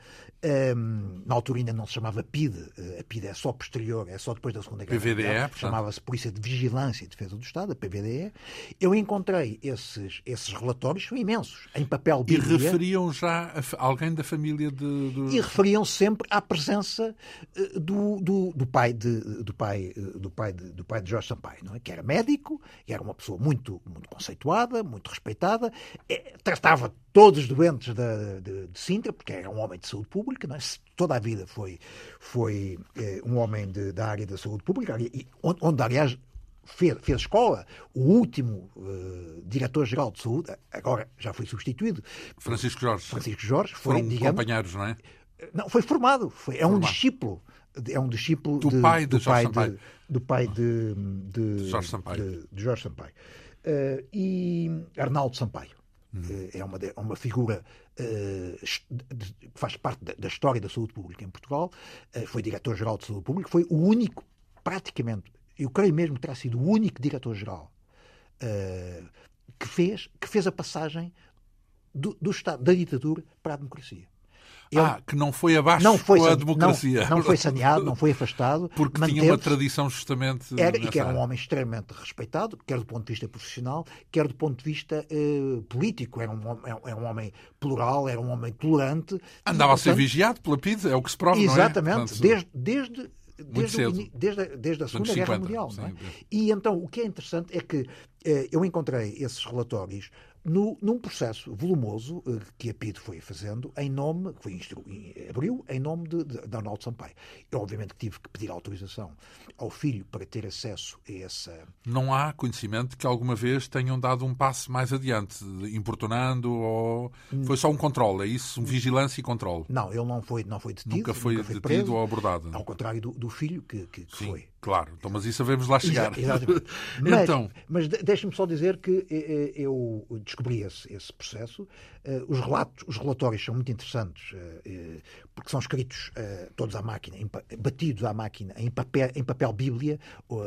um, na altura ainda não se chamava P I D, uh, a P I D é só posterior, é só depois da Segunda Guerra Mundial, chamava-se Polícia de Vigilância e Defesa do Estado, a P V D E. Eu encontrei esses, esses relatórios, são imensos, em papel bíblia. E referiam já a alguém da família de... de... E referiam sempre à presença uh, do, do, do pai de do pai, uh, do pai de, do pai de Jorge Sampaio, não é? Que era médico, e era uma pessoa muito Muito, muito conceituada, muito respeitada, é, tratava todos os doentes de, de, de Sintra, porque era um homem de saúde pública, não é? Toda a vida foi, foi é, um homem de, da área da saúde pública, e, onde, onde, aliás, fez, fez escola. O último uh, diretor-geral de saúde, agora já foi substituído, Francisco Jorge. Francisco Jorge foi, Foram digamos, companheiros, não é? Não, foi formado, foi, é formado. um discípulo. É um discípulo do de, pai de do Jorge pai Sampaio. De, do pai de, de, Jorge Sampaio. De, de Jorge Sampaio. Uh, e Arnaldo Sampaio. Uhum. Uh, é uma, é uma figura uh, que faz parte da, da história da saúde pública em Portugal. Uh, foi diretor-geral de saúde pública. Foi o único, praticamente, eu creio mesmo que terá sido o único diretor-geral uh, que, fez, que fez a passagem do, do Estado, da ditadura para a democracia. Ele ah, que não foi abaixo não foi, com a democracia. Não, não foi saneado, não foi afastado. Porque tinha uma tradição justamente... Era, e que era um homem extremamente respeitado, quer do ponto de vista profissional, quer do ponto de vista eh, político. Era um, era um homem plural, era um homem tolerante. Andava e, a ser portanto, vigiado pela P I D, é o que se prova, exatamente, não é? Portanto, desde... desde Desde, o, desde, desde a Segunda Guerra Mundial. Não é? E então o que é interessante é que eh, eu encontrei esses relatórios no, num processo volumoso eh, que a P I D foi fazendo em nome, que foi instru, abriu em nome de, de, de Arnaldo Sampaio. Eu obviamente tive que pedir autorização ao filho para ter acesso a essa... Não há conhecimento que alguma vez tenham dado um passo mais adiante, importunando ou... Foi só um controle, é isso? Um vigilância e controle? Não, ele não foi, não foi detido. Nunca foi, nunca foi detido preso, ou abordado? Ao contrário do, do filho que, que, que Sim, foi. Claro, então, mas isso sabemos lá chegar. Exatamente. Mas, então... mas deixe-me só dizer que eu descobri esse, esse processo. Os relatos, os relatórios são muito interessantes, porque são escritos todos à máquina, batidos à máquina, em papel, em papel bíblia, ou,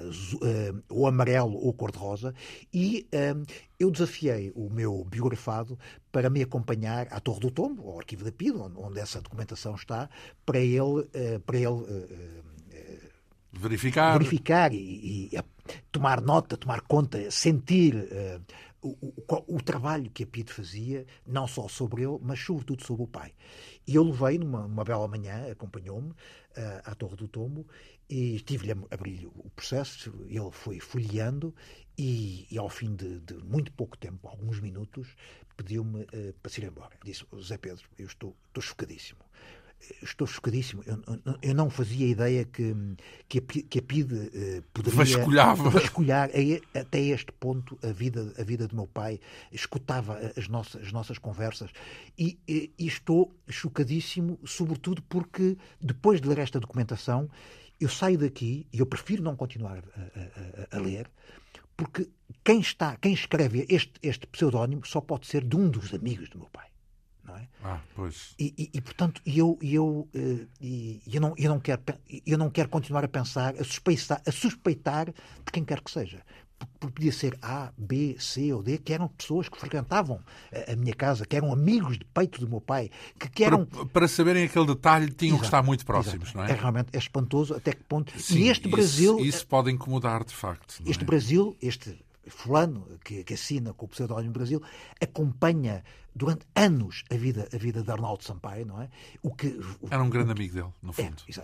ou amarelo ou cor-de-rosa, e eu desafiei o meu biografado para me acompanhar à Torre do Tombo, ao arquivo da P I D, onde essa documentação está, para ele... Para ele verificar, verificar e, e tomar nota, tomar conta, sentir uh, o, o, o trabalho que a P I D fazia, não só sobre ele, mas sobretudo sobre o pai. E eu levei numa, numa bela manhã, acompanhou-me uh, à Torre do Tombo e estive-lhe a abrir o processo, ele foi folheando e, e ao fim de, de muito pouco tempo, alguns minutos, pediu-me uh, para se ir embora. Disse: José Pedro, eu estou, estou chocadíssimo. Estou chocadíssimo. Eu, eu não fazia ideia que, que, a, que a P I D uh, poderia vasculhar a, até este ponto a vida, a vida do meu pai. Escutava as nossas, as nossas conversas e, e, e estou chocadíssimo, sobretudo porque depois de ler esta documentação eu saio daqui e eu prefiro não continuar a, a, a ler, porque quem está, quem escreve este, este pseudónimo só pode ser de um dos amigos do meu pai. Não é? Ah, pois. E, e, e portanto, eu, eu, eu, eu, não, eu, não quero, eu não quero continuar a pensar, a suspeitar, a suspeitar de quem quer que seja. Porque podia ser A, B, C ou D, que eram pessoas que frequentavam a, a minha casa, que eram amigos de peito do meu pai. Que, que eram... para, para saberem aquele detalhe, tinham Exato, que estar muito próximos, exato. não é? É realmente é espantoso até que ponto. Sim, e este isso, Brasil. Isso pode incomodar, de facto. Este é? Brasil, este fulano que, que assina com o pseudónimo Brasil, acompanha durante anos a vida, a vida de Arnaldo Sampaio, não é? O que, o, Era um grande o, amigo dele, no fundo. É, exatamente.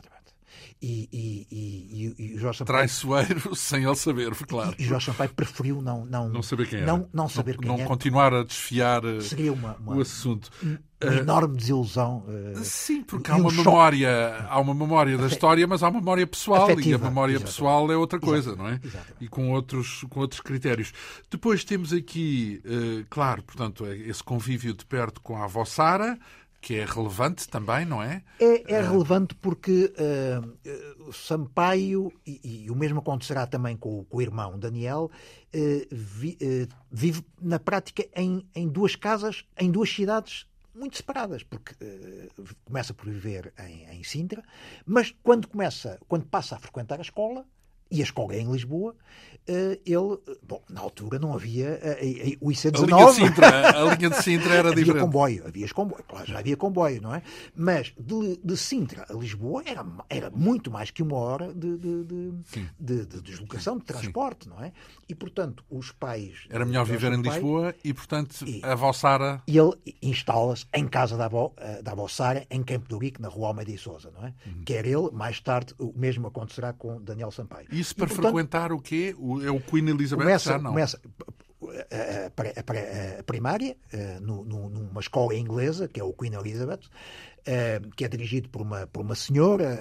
E, e, e, e, e o Jorge Sampaio... Traiçoeiro sem ele saber, claro. E, e Jorge Sampaio preferiu não, não, não saber quem era. Não, não saber não, quem não era. continuar a desfiar Seria uma, uma, o assunto. Uma enorme desilusão. Uh, Sim, porque há uma, um memória, há uma memória da história, mas há uma memória pessoal. Afetiva, e a memória exatamente. pessoal é outra coisa, exatamente. não é? Exatamente. E com outros, com outros critérios. Depois temos aqui, uh, claro, portanto, esse convívio de perto com a avó Sara, que é relevante também, não é? É, é relevante porque uh, uh, Sampaio, e, e o mesmo acontecerá também com, com o irmão Daniel, uh, vi, uh, vive na prática em, em duas casas, em duas cidades muito separadas, porque uh, começa por viver em, em Sintra, mas quando começa, quando passa a frequentar a escola, e a escola é em Lisboa, ele, bom, na altura não havia o I C dezenove. A linha de Sintra, a linha de Sintra era havia diferente. Comboio, havia comboio, claro, já havia comboio, não é? Mas de, de Sintra a Lisboa era, era muito mais que uma hora de, de, de, de, de deslocação, de transporte, Sim. não é? E, portanto, os pais... Era melhor viver em Lisboa pai, e, portanto, e, a avó Sara... E ele instala-se em casa da avó, da avó Sara, em Campo de Ourique, na Rua Almeida e Sousa, não é? Uhum. Quer ele, mais tarde, o mesmo acontecerá com Daniel Sampaio. Isso para e, portanto, frequentar o quê? O, é o Queen Elizabeth? Começa, já não? Começa a, a, a, a primária, no, no, numa escola inglesa, que é o Queen Elizabeth, que é dirigido por uma, por uma senhora...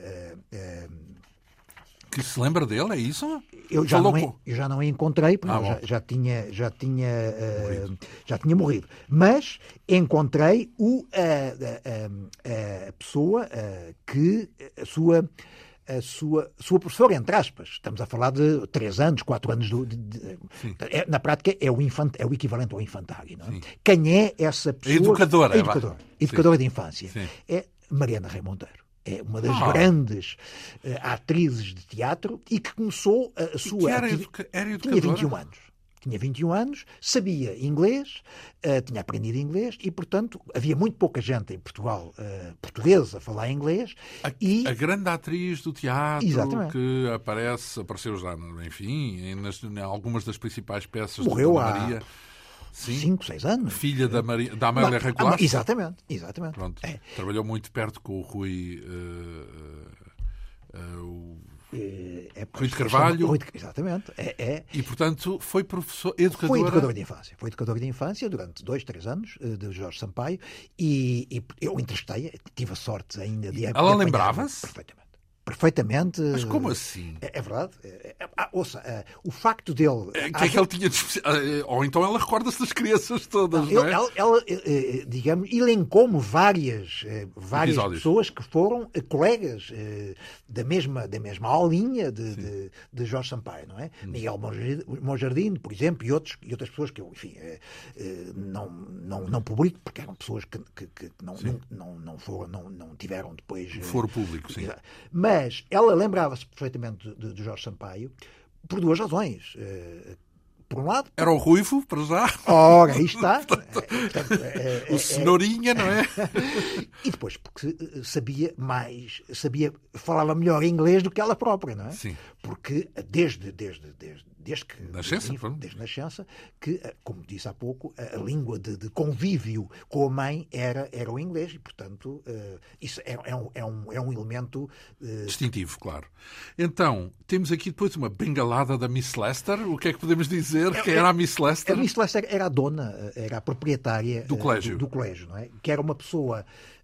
Que se lembra dele, é isso? Eu já, não, com... eu já não a encontrei, porque ah, já, já tinha, já, tinha, uh, já tinha morrido. Mas encontrei o, uh, uh, uh, a pessoa uh, que a sua... a sua, sua professora, entre aspas. Estamos a falar de três anos, quatro anos. De, de, de, é, na prática, é o, infant, é o equivalente ao infantário. Não é? Quem é essa pessoa? A educadora. A educadora, educadora de infância. Sim. É Mariana Rei Monteiro. É uma das ah. grandes uh, atrizes de teatro e que começou a sua... Que era, educa... era educadora? Tinha vinte e um anos. Tinha vinte e um anos, sabia inglês, uh, tinha aprendido inglês e, portanto, havia muito pouca gente em Portugal, uh, portuguesa, a falar inglês. A, e... a grande atriz do teatro Exatamente. que aparece, apareceu já, enfim, nas, em algumas das principais peças Morreu de Dona Maria. Sim. Cinco, seis anos. Filha da, Maria, da Amélia Rei Colasso. Exatamente, exatamente. Pronto. É. Trabalhou muito perto com o Rui... Uh, uh, uh, o... É, Rui de Carvalho. Rui de, exatamente. É, é. E, portanto, foi professor, educadora... Foi educador de infância. Foi educador de infância durante dois, três anos, de Jorge Sampaio, e, e eu entrevistei, tive a sorte ainda de... Ela lembrava-se? Perfeitamente. Perfeitamente. Mas como assim? É, é verdade. É, é, ah, ouça, é, o facto dele... É, que é que ele tinha de especial... Ou então ela recorda-se das crianças todas, não, não é? Ela, ela, digamos, elencou-me várias, várias pessoas que foram colegas da mesma, da mesma aulinha de, de, de Jorge Sampaio, não é? Hum. Miguel Monjardim, por exemplo, e, outros, e outras pessoas que eu, enfim, não, não, não publico, porque eram pessoas que, que, que não, não, não, não, foram, não, não tiveram depois... Foro público, sim. Mas Mas ela lembrava-se perfeitamente de, de Jorge Sampaio por duas razões. Por um lado... Era o Ruivo, para já. Ora, aí está. Portanto, é, é, o Cenourinha, é... não é? E depois, porque sabia mais, sabia, falava melhor inglês do que ela própria, não é? Sim. Porque desde, desde, desde, desde que... Nascença, desde, desde nascença, que, como disse há pouco, a, a língua de, de convívio com a mãe era, era o inglês e, portanto, uh, isso é, é, um, é, um, é um elemento... Uh... distintivo, claro. Então, temos aqui depois uma bengalada da Miss Lester. O que é que podemos dizer? Quem era a Miss Lester? A Miss Lester era a dona, era a proprietária do colégio, do, do colégio, não é? Que era uma pessoa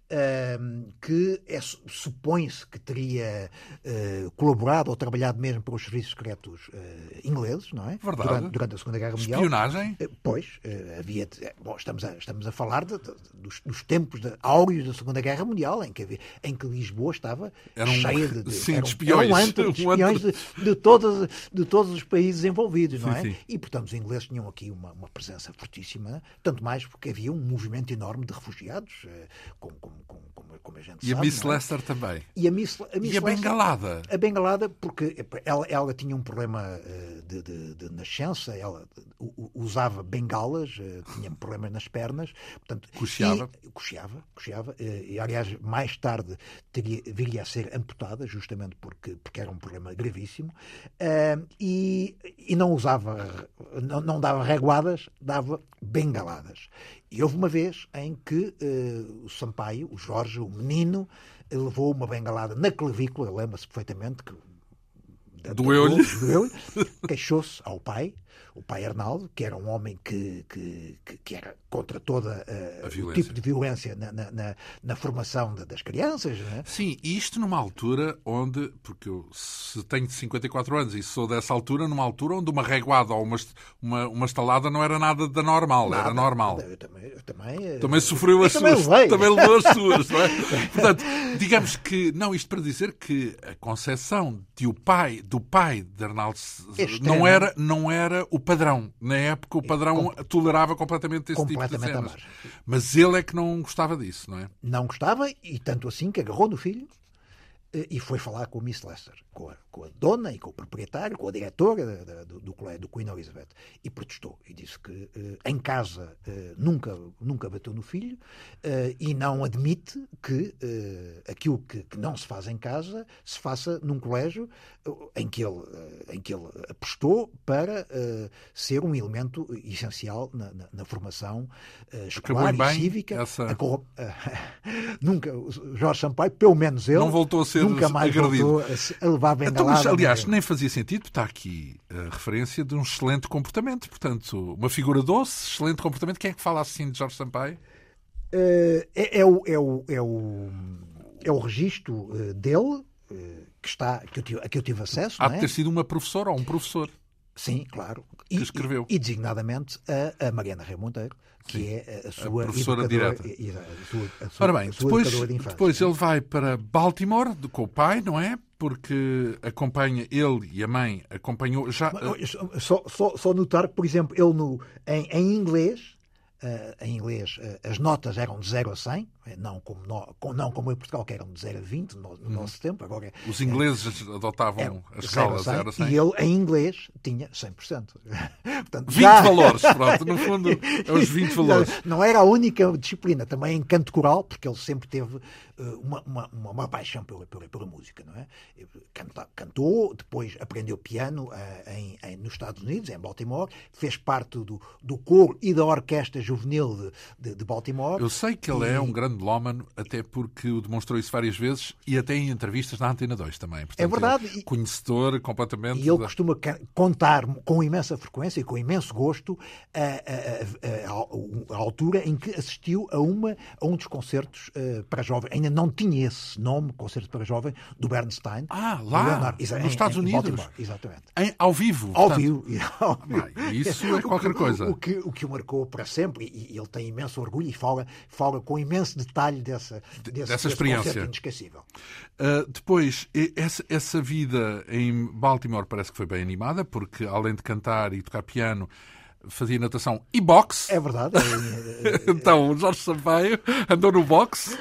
uh, que é, supõe-se que teria uh, colaborado ou trabalhado mesmo para os serviços secretos uh, ingleses, não é? Verdade. Durante, durante a Segunda Guerra Mundial. Espionagem? Uh, pois, uh, havia... Bom, estamos a, estamos a falar de, de, dos, dos tempos de, áureos da Segunda Guerra Mundial, em que, havia, em que Lisboa estava era um, cheia de, de, sim, era um, de espiões, era um antro de, espiões de, de, todos, de todos os países envolvidos, não é? Sim, sim. E, portanto, os ingleses tinham aqui uma, uma presença fortíssima, tanto mais porque havia um movimento enorme de refugiados, como, como, como, como a gente e sabe. E a Miss é? Lester também. E a Miss, a Miss e a Lester, bengalada? A bengalada, porque ela, ela tinha um problema de, de, de nascença, ela, usava bengalas, tinha problemas nas pernas, portanto, cocheava. E, cocheava, cocheava, e aliás, mais tarde teria, viria a ser amputada, justamente porque, porque era um problema gravíssimo, e, e não usava, não, não dava reguadas, dava bengaladas. E houve uma vez em que uh, o Sampaio, o Jorge, o menino, levou uma bengalada na clavícula, lembra-se perfeitamente que doeu-lhe, doeu queixou-se ao pai, o pai Arnaldo, que era um homem que, que, que era contra toda uh, o tipo de violência na, na, na, na formação de, das crianças. Não é? Sim, e isto numa altura onde, porque eu se tenho cinquenta e quatro anos e sou dessa altura, numa altura onde uma reguada ou uma, uma, uma estalada não era nada da normal, nada, era normal. Nada, eu também, eu também, também sofreu as suas, também, também levou as suas, não é? Portanto, digamos que, não, isto para dizer que a concepção de o pai, do pai de Arnaldo não era, não era o padrão. Na época o padrão Com... tolerava completamente esse tipo de cenas. Mas ele é que não gostava disso, não é? Não gostava, e tanto assim que agarrou no filho e foi falar com o Miss Lester, com a, com a dona e com o proprietário, com a diretora da, do, do colégio, do Queen Elizabeth, e protestou. E disse que eh, em casa eh, nunca, nunca bateu no filho eh, e não admite que eh, aquilo que, que não se faz em casa se faça num colégio em que ele, em que ele apostou para eh, ser um elemento essencial na, na, na formação eh, escolar e cívica. Essa... A, nunca, Jorge Sampaio, pelo menos ele, não voltou a ser nunca mais agredido. voltou a, a levar bengalada. Então, mas, aliás, nem fazia sentido, está aqui a referência de um excelente comportamento. Portanto, uma figura doce, excelente comportamento. Quem é que fala assim de Jorge Sampaio? Uh, é, é, o, é, o, é, o, é o registro uh, dele, uh, que está, que eu tive, a que eu tive acesso. Há não é? de ter sido uma professora ou um professor. Sim, claro. Que e, escreveu. E, e designadamente a, a Mariana Rei Monteiro, que Sim. é a sua a professora direta. A sua, a sua, Ora bem, a sua depois, de infância, depois né? ele vai para Baltimore com o pai, não é? Porque acompanha ele e a mãe acompanhou já. Só, só, só notar que, por exemplo, ele no, em, em inglês. Uh, em inglês, uh, as notas eram de zero a cem, não como, no, não como em Portugal, que eram de zero a vinte no, no hum. nosso tempo. Agora, os ingleses é, adotavam a escala zero a cem. E ele, em inglês, tinha cem por cento. Portanto, vinte já... valores, pronto. No fundo, é os vinte valores. Não, não era a única disciplina. Também em canto coral, porque ele sempre teve uh, uma, uma, uma, uma paixão pela, pela, pela música. Não é? Canta, cantou, depois aprendeu piano uh, em, em, nos Estados Unidos, em Baltimore, fez parte do, do coro e da orquestra juvenil de, de, de Baltimore. Eu sei que ele e... é um grande melómano, até porque o demonstrou isso várias vezes e até em entrevistas na Antena dois também. Portanto, é verdade. Conhecedor completamente. E ele da... costuma contar com imensa frequência e com imenso gosto a, a, a, a, a altura em que assistiu a, uma, a um dos concertos uh, para jovem. Ainda não tinha esse nome, concerto para jovem, do Bernstein. Ah, lá, Leonardo, nos em, Estados em, Unidos. Baltimore, exatamente. Em, ao vivo. Ao portanto... vivo. Ao vivo. Ah, isso é qualquer o que, coisa. O, o, que, o que o marcou para sempre, e, e ele tem imenso orgulho e fala, fala com imenso detalhe dessa, desse, dessa experiência. Desse inesquecível. Uh, depois, essa, essa vida em Baltimore parece que foi bem animada, porque além de cantar e tocar piano, fazia natação e boxe. É verdade. Então, o Jorge Sampaio andou no boxe.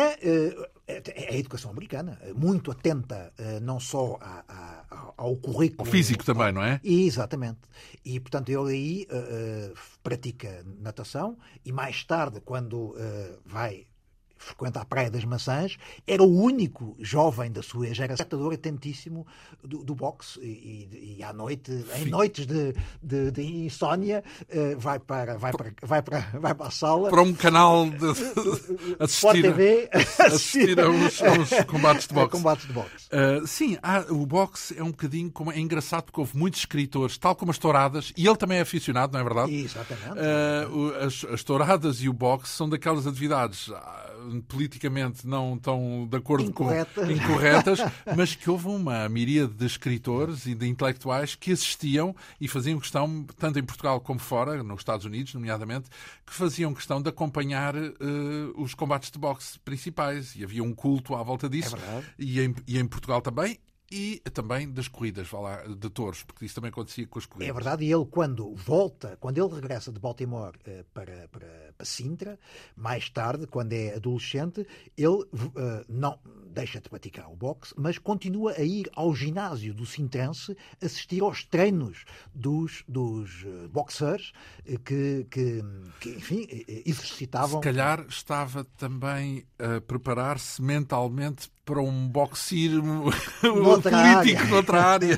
É, é a educação americana, muito atenta não só a, a, ao currículo... Ao físico também, não é? Exatamente. E, portanto, ele aí uh, pratica natação e mais tarde, quando uh, vai... frequenta a Praia das Maçãs, era o único jovem da sua geração, espectador atentíssimo do, do boxe, e, e, e à noite, em noites de, de, de insónia, uh, vai, para, vai, para, vai, para, vai para a sala... Para um canal de, de assistir, T V, assistir a, uns, a uns combates de boxe. combates de boxe. Uh, sim, há, o boxe é um bocadinho... Como, é engraçado porque houve muitos escritores, tal como as touradas, e ele também é aficionado, não é verdade? Exatamente. Uh, as, as touradas e o boxe são daquelas atividades... politicamente não tão de acordo Incorreta. com incorretas, mas que houve uma miríade de escritores e de intelectuais que assistiam e faziam questão, tanto em Portugal como fora, nos Estados Unidos, nomeadamente, que faziam questão de acompanhar uh, os combates de boxe principais. E havia um culto à volta disso. É verdade. E em, e em Portugal também. E também das corridas, vá lá, de touros, porque isso também acontecia com as corridas. É verdade, e ele quando volta, quando ele regressa de Baltimore uh, para, para, para Sintra, mais tarde, quando é adolescente, ele uh, não, deixa de praticar o boxe, mas continua a ir ao ginásio do Sintrense assistir aos treinos dos, dos boxers que, que, que, enfim, exercitavam... Se calhar estava também a preparar-se mentalmente para um boxismo político área. noutra área,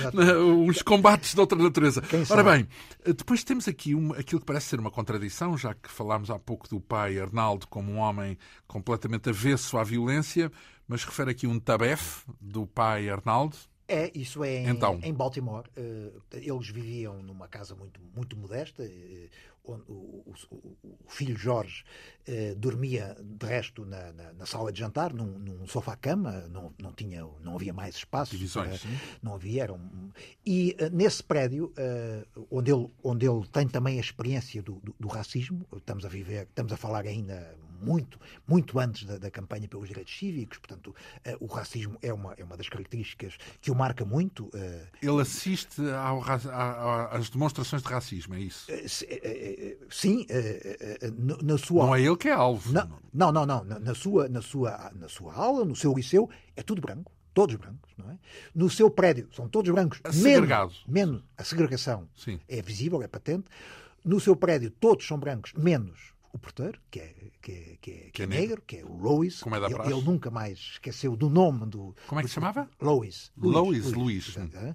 os combates de outra natureza. Quem Ora sabe? bem, depois temos aqui uma, aquilo que parece ser uma contradição, já que falámos há pouco do pai Arnaldo como um homem completamente avesso à violência, mas refere aqui um tabef do pai Arnaldo. É, isso é em, então. em Baltimore. Eles viviam numa casa muito, muito modesta, onde o, o, o filho Jorge eh, dormia, de resto, na, na, na sala de jantar, num, num sofá-cama, não, não, tinha, não havia mais espaço. Divisões. Para, não havia. Era um, e uh, nesse prédio, uh, onde, ele, onde ele tem também a experiência do, do, do racismo, estamos a viver, estamos a falar ainda muito, muito antes da, da campanha pelos direitos cívicos, portanto, uh, o racismo é uma, é uma das características que o marca muito. Uh, ele assiste ao, a, às demonstrações de racismo, é isso? Uh, se, uh, uh, sim, uh, uh, na sua... Não é ele que é alvo. Na, não, não, não. Na, na, sua, na, sua, na sua aula, no seu liceu, é tudo branco. Todos brancos, não é? No seu prédio, são todos brancos. Segregados. Menos, menos a segregação Sim. é visível, é patente. No seu prédio, todos são brancos, menos o porteiro, que é, que é, que é, que é negro, que é o Lois. Como é da ele, praxe. ele nunca mais esqueceu do nome do... Como é que se chamava? Lois. Lois, Luís.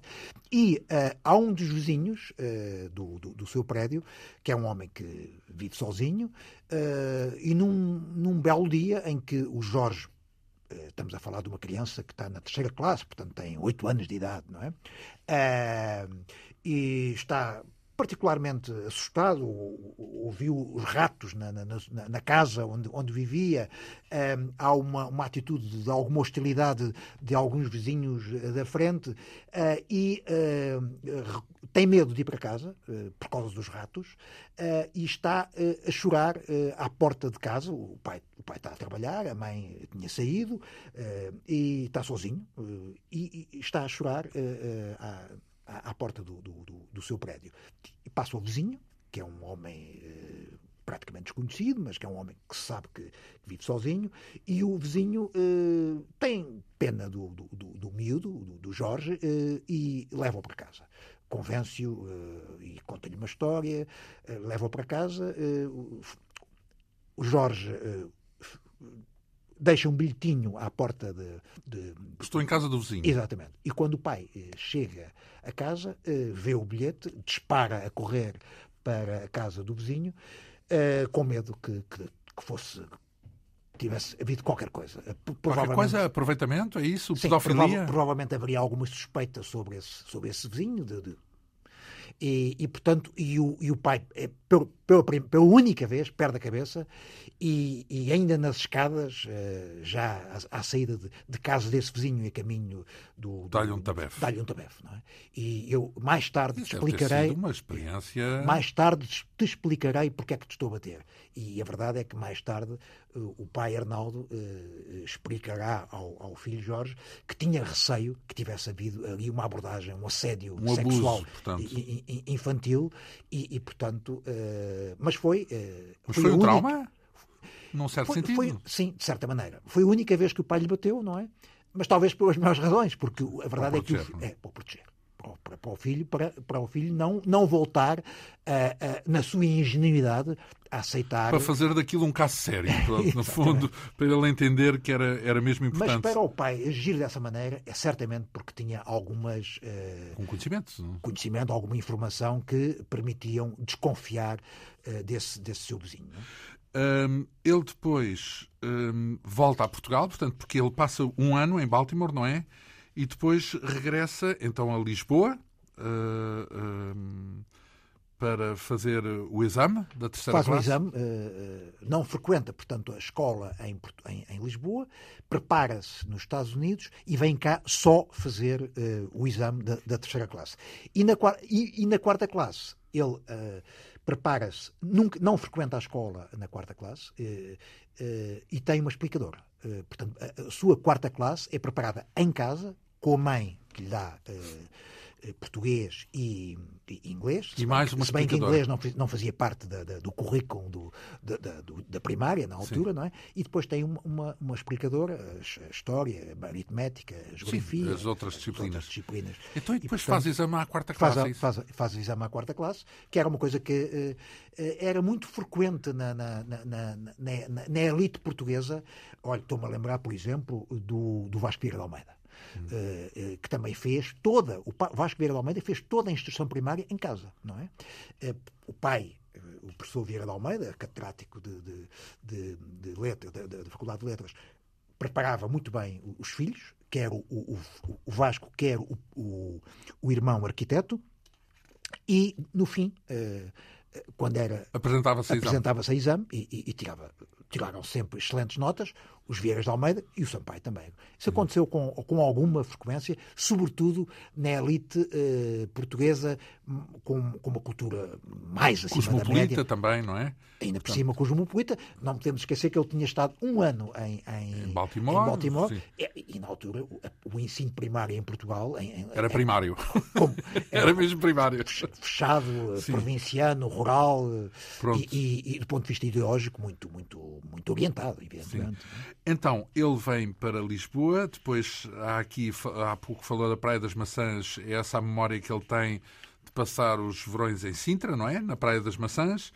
E uh, há um dos vizinhos uh, do, do, do seu prédio, que é um homem que vive sozinho, uh, e num, num belo dia em que o Jorge, uh, estamos a falar de uma criança que está na terceira classe, portanto tem oito anos de idade, não é? Uh, e está... particularmente assustado, ouviu os ratos na, na, na casa onde, onde vivia, um, há uma, uma atitude de alguma hostilidade de alguns vizinhos da frente uh, e uh, tem medo de ir para casa uh, por causa dos ratos uh, e está uh, a chorar uh, à porta de casa. O pai, o pai está a trabalhar, a mãe tinha saído uh, e está sozinho uh, e, e está a chorar uh, uh, à, à porta do, do, do seu prédio. E passa o vizinho, que é um homem eh, praticamente desconhecido, mas que é um homem que sabe que, que vive sozinho, e o vizinho eh, tem pena do, do, do, do miúdo, do, do Jorge, eh, e leva-o para casa. Convence-o eh, e conta-lhe uma história, eh, leva-o para casa. Eh, o Jorge... Eh, deixa um bilhetinho à porta de, de... Estou em casa do vizinho. Exatamente. E quando o pai eh, chega a casa, eh, vê o bilhete, dispara a correr para a casa do vizinho, eh, com medo que, que, que fosse... tivesse havido qualquer coisa. Qualquer coisa, aproveitamento, é isso? Sim, pedofilia? Prova- provavelmente haveria alguma suspeita sobre esse, sobre esse vizinho, de, de... E, e, portanto, e o, e o pai, é, pela, pela, pela única vez, perde a cabeça e, e ainda nas escadas, já à, à saída de, de casa desse vizinho e a caminho do... do Dá-lhe um tabefe. Dá-lhe um tabefe, não é? E eu mais tarde Isso te explicarei... deve ter sido uma experiência... Mais tarde te explicarei porque é que te estou a bater. E a verdade é que mais tarde o pai Arnaldo eh, explicará ao, ao filho Jorge que tinha receio que tivesse havido ali uma abordagem, um assédio um sexual abuso, portanto. infantil e, e portanto, uh, mas foi... Uh, mas foi, foi um única... trauma? Num certo foi, sentido? Foi, sim, de certa maneira. Foi a única vez que o pai lhe bateu, não é? Mas talvez pelas melhores razões, porque a verdade proteger, é que... O, é, para o proteger. Para, para, o filho, para, para o filho não, não voltar, uh, uh, na sua ingenuidade, a aceitar... Para fazer daquilo um caso sério, portanto, no fundo, para ele entender que era, era mesmo importante. Mas para o pai agir dessa maneira é certamente porque tinha algumas... Uh, Com conhecimento. Não? Conhecimento, alguma informação que permitiam desconfiar uh, desse, desse seu vizinho. Não é? Um, ele depois um, volta a Portugal, portanto, porque ele passa um ano em Baltimore, não é? E depois regressa então a Lisboa uh, um, para fazer o exame da terceira Faz classe. Faz o exame, uh, não frequenta, portanto, a escola em, em, em Lisboa, prepara-se nos Estados Unidos e vem cá só fazer uh, o exame da, da terceira classe. E na, e, e na quarta classe ele uh, prepara-se, nunca, não frequenta a escola na quarta classe uh, uh, e tem uma explicadora. Uh, portanto, a, a sua quarta classe é preparada em casa, com a mãe que lhe dá uh, português e, e inglês. E mais uma se bem que explicadora. inglês não, não fazia parte da, da, do currículo do, da, da, do, da primária, na altura, Sim. não é? E depois tem uma, uma, uma explicadora, a história, a aritmética, a geografia. Sim, as outras disciplinas. As outras disciplinas. Então, e depois e, portanto, faz exame à quarta faz, classe. a, é isso? faz, faz o exame à quarta classe, que era uma coisa que uh, era muito frequente na, na, na, na, na, na elite portuguesa. Olha, estou-me a lembrar, por exemplo, do, do Vasco Vieira de Almeida. Hum. Uh, uh, que também fez toda, o Vasco Vieira de Almeida fez toda a instrução primária em casa, não é? Uh, o pai, uh, o professor Vieira de Almeida, catedrático de, de, de, de, letra, de, de, de Faculdade de Letras, preparava muito bem os filhos, quer o, o, o Vasco, quer o, o, o irmão arquiteto, e no fim, uh, quando era apresentava-se a apresentava-se a exame e, e, e tirava, tiraram sempre excelentes notas, os Vieiras de Almeida e o Sampaio também. Isso aconteceu com, com alguma frequência, sobretudo na elite eh, portuguesa, com, com uma cultura mais acima da média. também, não é? Ainda por cima, cosmopolita. Não podemos esquecer que ele tinha estado um ano em, em, em Baltimore, em Baltimore e, e, na altura, o, o ensino primário em Portugal... Em, em, era primário. Como, era, era mesmo primário. Fechado, sim. Provinciano, rural e, e, e, do ponto de vista ideológico, muito, muito, muito orientado, evidentemente. Sim. Então, ele vem para Lisboa, depois há aqui, há pouco falou da Praia das Maçãs, é essa a memória que ele tem de passar os verões em Sintra, não é? Na Praia das Maçãs.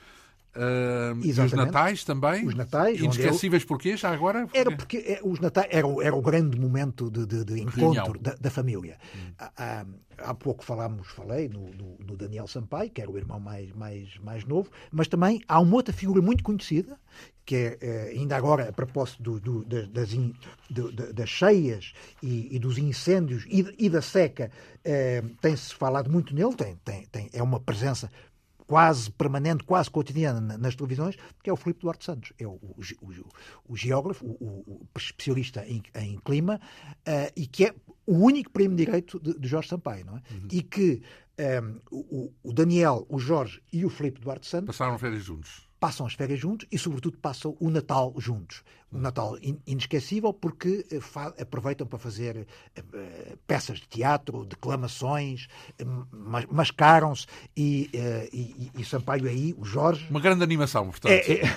Uh, e os natais também? Os natais. Inesquecíveis eu... porquê, já agora? Porquê? Era porque é, os natais era, era o grande momento de, de, de encontro da, da família. Hum. Há, há pouco falámos, falei no, no, no Daniel Sampaio, que era o irmão mais, mais, mais novo, mas também há uma outra figura muito conhecida, que é, ainda agora, a propósito do, do, das, do, das cheias e, e dos incêndios e, e da seca, eh, tem-se falado muito nele, tem, tem, tem, é uma presença quase permanente, quase cotidiana nas televisões, que é o Filipe Duarte Santos. É o, o, o, o geógrafo, o, o especialista em, em clima, uh, e que é o único primo direito de, de Jorge Sampaio, não é? Uhum. E que um, o, o Daniel, o Jorge e o Filipe Duarte Santos passaram férias juntos. Passam as férias juntos e, sobretudo, passam o Natal juntos. Um Natal in- inesquecível porque uh, fa- aproveitam para fazer uh, peças de teatro, declamações, uh, mas- mascaram-se e, uh, e, e Sampaio aí, o Jorge... Uma grande animação, portanto. É, é,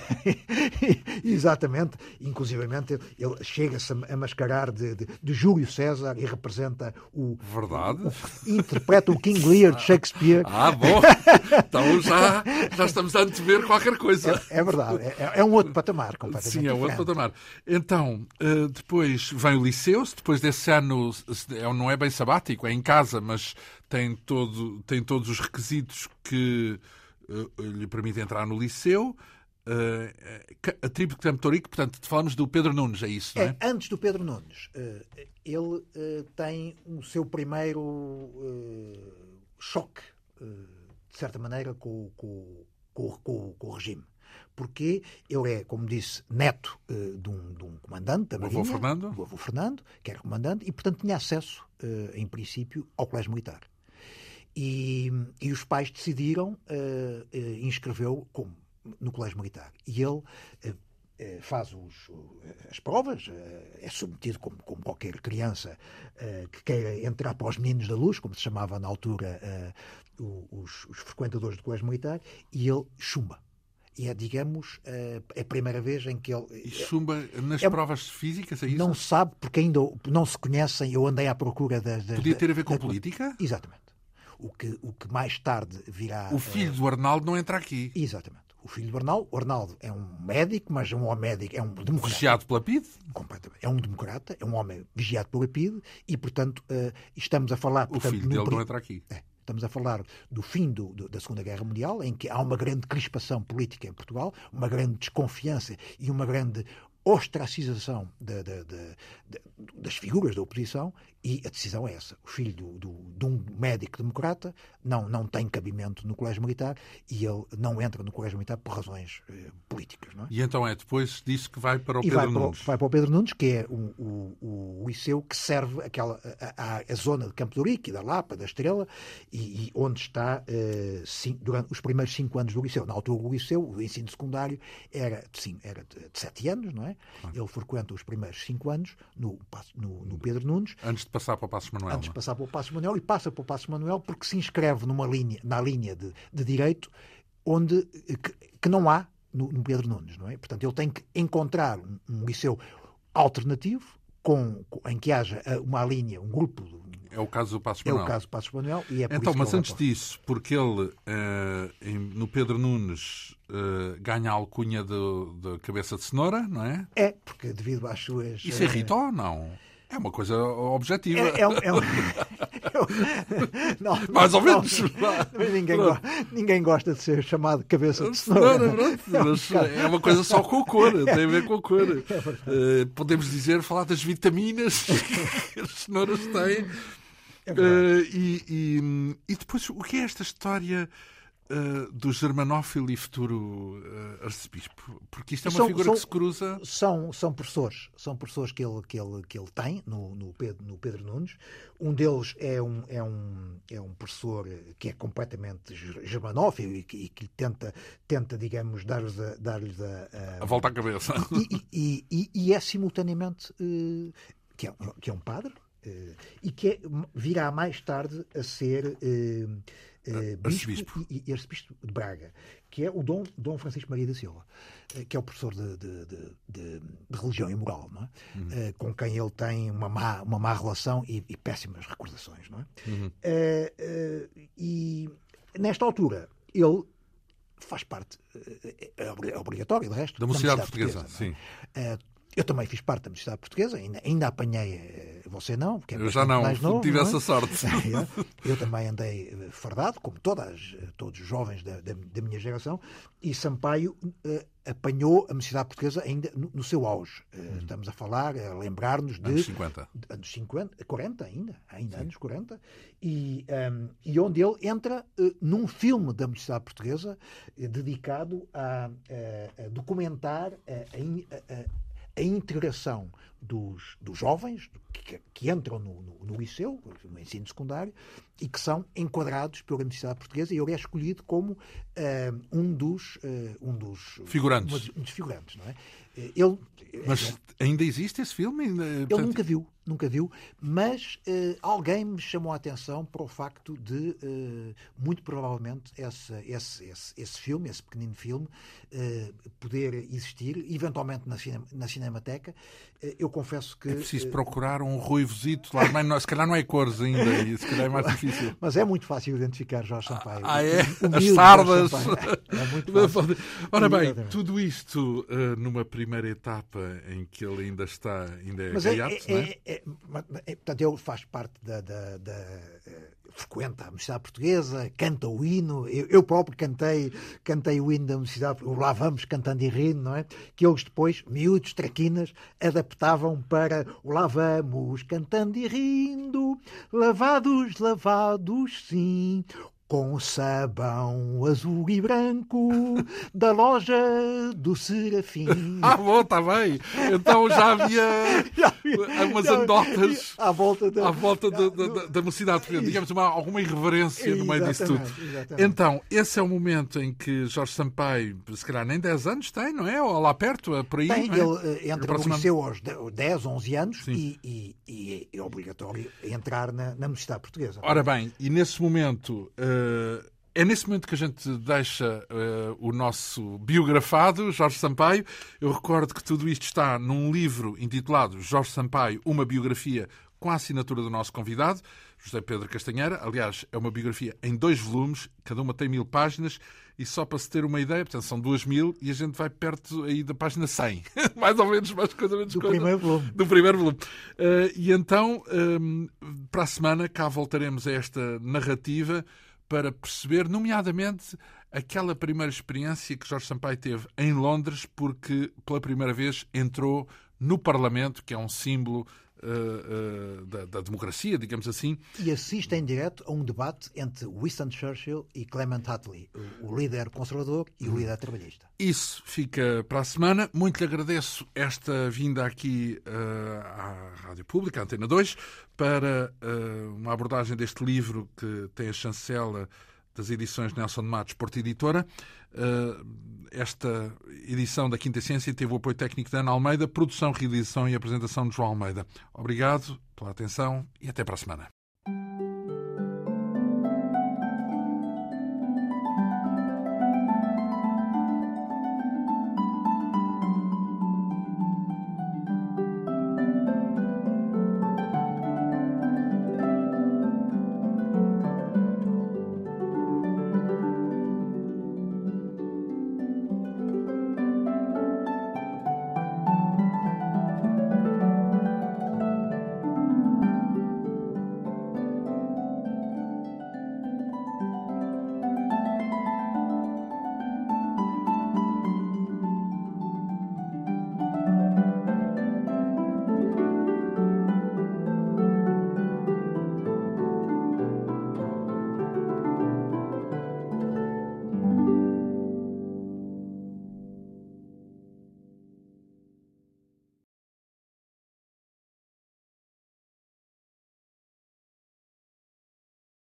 exatamente. Inclusivamente, ele chega-se a, a mascarar de, de, de Júlio César e representa o... Verdade. O, o, interpreta o King Lear de Shakespeare. Ah, bom. Então já, já estamos a antever qualquer coisa. É, é verdade. É, é um outro patamar, completamente Sim, é um outro diferente. patamar. Então, depois vem o liceu, depois desse ano não é bem sabático, é em casa, mas tem, todo, tem todos os requisitos que lhe permitem entrar no liceu. A tribo de Campo Torico, portanto, falamos do Pedro Nunes, é isso, não é? É, antes do Pedro Nunes, ele tem o seu primeiro choque, de certa maneira, com, com, com, com, com o regime. Porque ele é, como disse, neto uh, de, um, de um comandante da Marinha, o avô Fernando. o avô Fernando, que era comandante, e, portanto, tinha acesso, uh, em princípio, ao colégio militar. E, e os pais decidiram uh, uh, inscrevê-lo como no colégio militar. E ele uh, faz os, as provas, uh, é submetido como, como qualquer criança uh, que queira entrar para os meninos da luz, como se chamava na altura uh, os, os frequentadores do colégio militar, e ele chumba. E é, digamos, a primeira vez em que ele... E chumba nas é, provas físicas, é isso? Não sabe, porque ainda não se conhecem. Eu andei à procura das... das Podia ter a ver com da, política? Exatamente. O que, o que mais tarde virá... O filho do Arnaldo não entra aqui. Exatamente. O filho do Arnaldo. O Arnaldo é um médico, mas um homem médico, é um democrata. Vigiado pela P I D? Completamente. É um democrata, é um homem vigiado pela P I D e, portanto, estamos a falar... O portanto, filho dele não entra aqui. É. Estamos a falar do fim do, do, da Segunda Guerra Mundial, em que há uma grande crispação política em Portugal, uma grande desconfiança e uma grande ostracização de, de, de, de, das figuras da oposição, e a decisão é essa. O filho do, do, de um médico democrata não, não tem cabimento no colégio militar e ele não entra no colégio militar por razões eh, políticas. Não é? E então é depois disso que vai para o e Pedro vai Nunes. Para, vai para o Pedro Nunes, que é o, o, o liceu que serve aquela, a, a, a zona de Campo de Ourique, da Lapa, da Estrela, e, e onde está eh, sim, durante os primeiros cinco anos do liceu. Na altura, o liceu, o ensino secundário, era, sim, era de, de sete anos, não é? é? Claro. Ele frequenta os primeiros cinco anos no, no, no Pedro Nunes. Antes de passar para o Passos Manuel. Antes de passar para o Passos Manuel, e passa para o Passos Manuel porque se inscreve numa linha, na linha de, de direito onde, que, que não há no, no Pedro Nunes, não é? Portanto, ele tem que encontrar um, um liceu alternativo com, com, em que haja uma linha, um grupo. É o caso do Passos Manuel. É o caso do Passos Manuel. E é por então, isso mas que antes disso, porque ele uh, em, no Pedro Nunes uh, ganha a alcunha da cabeça de cenoura, não é? É, porque devido às suas... Isso irrita ou não? É uma coisa objetiva. É, é, um, é um... não, Mais não, ou menos. Não, mas ninguém, go... ninguém gosta de ser chamado cabeça de cenoura. Não, não, é uma coisa só com a cor, tem a ver com a cor. É uh, podemos dizer, falar das vitaminas que as cenouras têm. É uh, e, e, e depois, o que é esta história uh, do germanófilo e futuro uh, arcebispo? Porque isto é uma são, figura são, que se cruza... São, são professores, são professores que ele, que ele, que ele tem no, no, Pedro, no Pedro Nunes. Um deles é um, é, um, é um professor que é completamente germanófilo e que, e que tenta, tenta, digamos, dar-lhes a, dar-lhes a, a... a volta à cabeça. E, e, e, e é simultaneamente uh, que, é, que é um padre. Uh, e que é, virá mais tarde a ser uh, uh, bispo e, e arcebispo de Braga, que é o Dom, Dom Francisco Maria da Silva, uh, que é o professor de, de, de, de, de religião e moral, não é? Uhum. Uh, com quem ele tem uma má, uma má relação e, e péssimas recordações. Não é? Uhum. uh, uh, e nesta altura ele faz parte, é obrigatório, de resto, da Mocidade Portuguesa. Portuguesa sim. Uh, Eu também fiz parte da Mocidade Portuguesa, ainda, ainda apanhei, você não, porque é eu já não, mais novo, tive não é? essa sorte. Eu também andei fardado, como todas, todos os jovens da, da, da minha geração, e Sampaio uh, apanhou a Mocidade Portuguesa ainda no, no seu auge. Uh, hum. Estamos a falar, a lembrar-nos de... Anos cinquenta. De, anos cinquenta, quarenta ainda, ainda anos quarenta, e, um, e onde ele entra uh, num filme da Mocidade Portuguesa uh, dedicado a, a, a documentar a, a, a a integração dos, dos jovens que, que entram no, no, no liceu, no ensino secundário, e que são enquadrados pela Universidade Portuguesa, e ele é escolhido como uh, um dos... Uh, um dos figurantes. Um dos figurantes, não é? Ele, mas ele, ainda existe esse filme? Ele Portanto... nunca viu, nunca viu, mas uh, alguém me chamou a atenção para o facto de, uh, muito provavelmente, esse, esse, esse, esse filme, esse pequenino filme, uh, poder existir, eventualmente na, cine, na Cinemateca. Uh, eu confesso que... É preciso uh, procurar um ruivozito lá, mas não, se calhar não é cores ainda, e se calhar é mais difícil. Mas é muito fácil identificar Jorge Sampaio. Ah, é? As sardas! É muito fácil. Ora bem, tudo isto uh, numa primeira etapa em que ele ainda está, ainda é mas gaiato, é, não é? É, é, é, portanto, ele faz parte da... da, da uh, frequenta a Universidade Portuguesa, canta o hino. Eu, eu próprio cantei, cantei o hino da Universidade, o Lá Vamos Cantando e Rindo, não é? Que eles depois, miúdos, traquinas, adaptavam para o Lá Vamos Cantando e Rindo, lavados, lavados, sim, com sabão azul e branco da loja do Serafim. Ah, bom, está bem. Então já havia, já havia umas já, anedotas à volta da, à volta da, da, da, da mocidade, digamos, uma, alguma irreverência no meio disso tudo. Exatamente. Então, esse é o momento em que Jorge Sampaio, se calhar nem dez anos tem, não é? Ou lá perto, por aí. Tem, não é? Ele entra no liceu aos dez, onze anos e, e, e é obrigatório entrar na, na Mocidade Portuguesa. Ora bem, e nesse momento... Uh, É nesse momento que a gente deixa uh, o nosso biografado, Jorge Sampaio. Eu recordo que tudo isto está num livro intitulado Jorge Sampaio, uma biografia, com a assinatura do nosso convidado, José Pedro Castanheira. Aliás, é uma biografia em dois volumes, cada uma tem mil páginas, e só para se ter uma ideia, portanto, são duas mil, e a gente vai perto aí da página cem. Mais ou menos, mais coisa, menos do coisa. Primeiro volume. Do primeiro volume. Uh, e então, um, para a semana, cá voltaremos a esta narrativa para perceber, nomeadamente, aquela primeira experiência que Jorge Sampaio teve em Londres, porque pela primeira vez entrou no Parlamento, que é um símbolo uh, uh, da, da democracia, digamos assim. E assiste em direto a um debate entre Winston Churchill e Clement Attlee, o, o líder conservador e o líder trabalhista. Isso fica para a semana. Muito lhe agradeço esta vinda aqui uh, à Rádio Pública, à Antena dois, para uh, uma abordagem deste livro que tem a chancela das edições Nelson de Matos, Porto Editora. Esta edição da Quinta Essência teve o apoio técnico de Ana Almeida, produção, realização e apresentação de João Almeida. Obrigado pela atenção e até para a semana.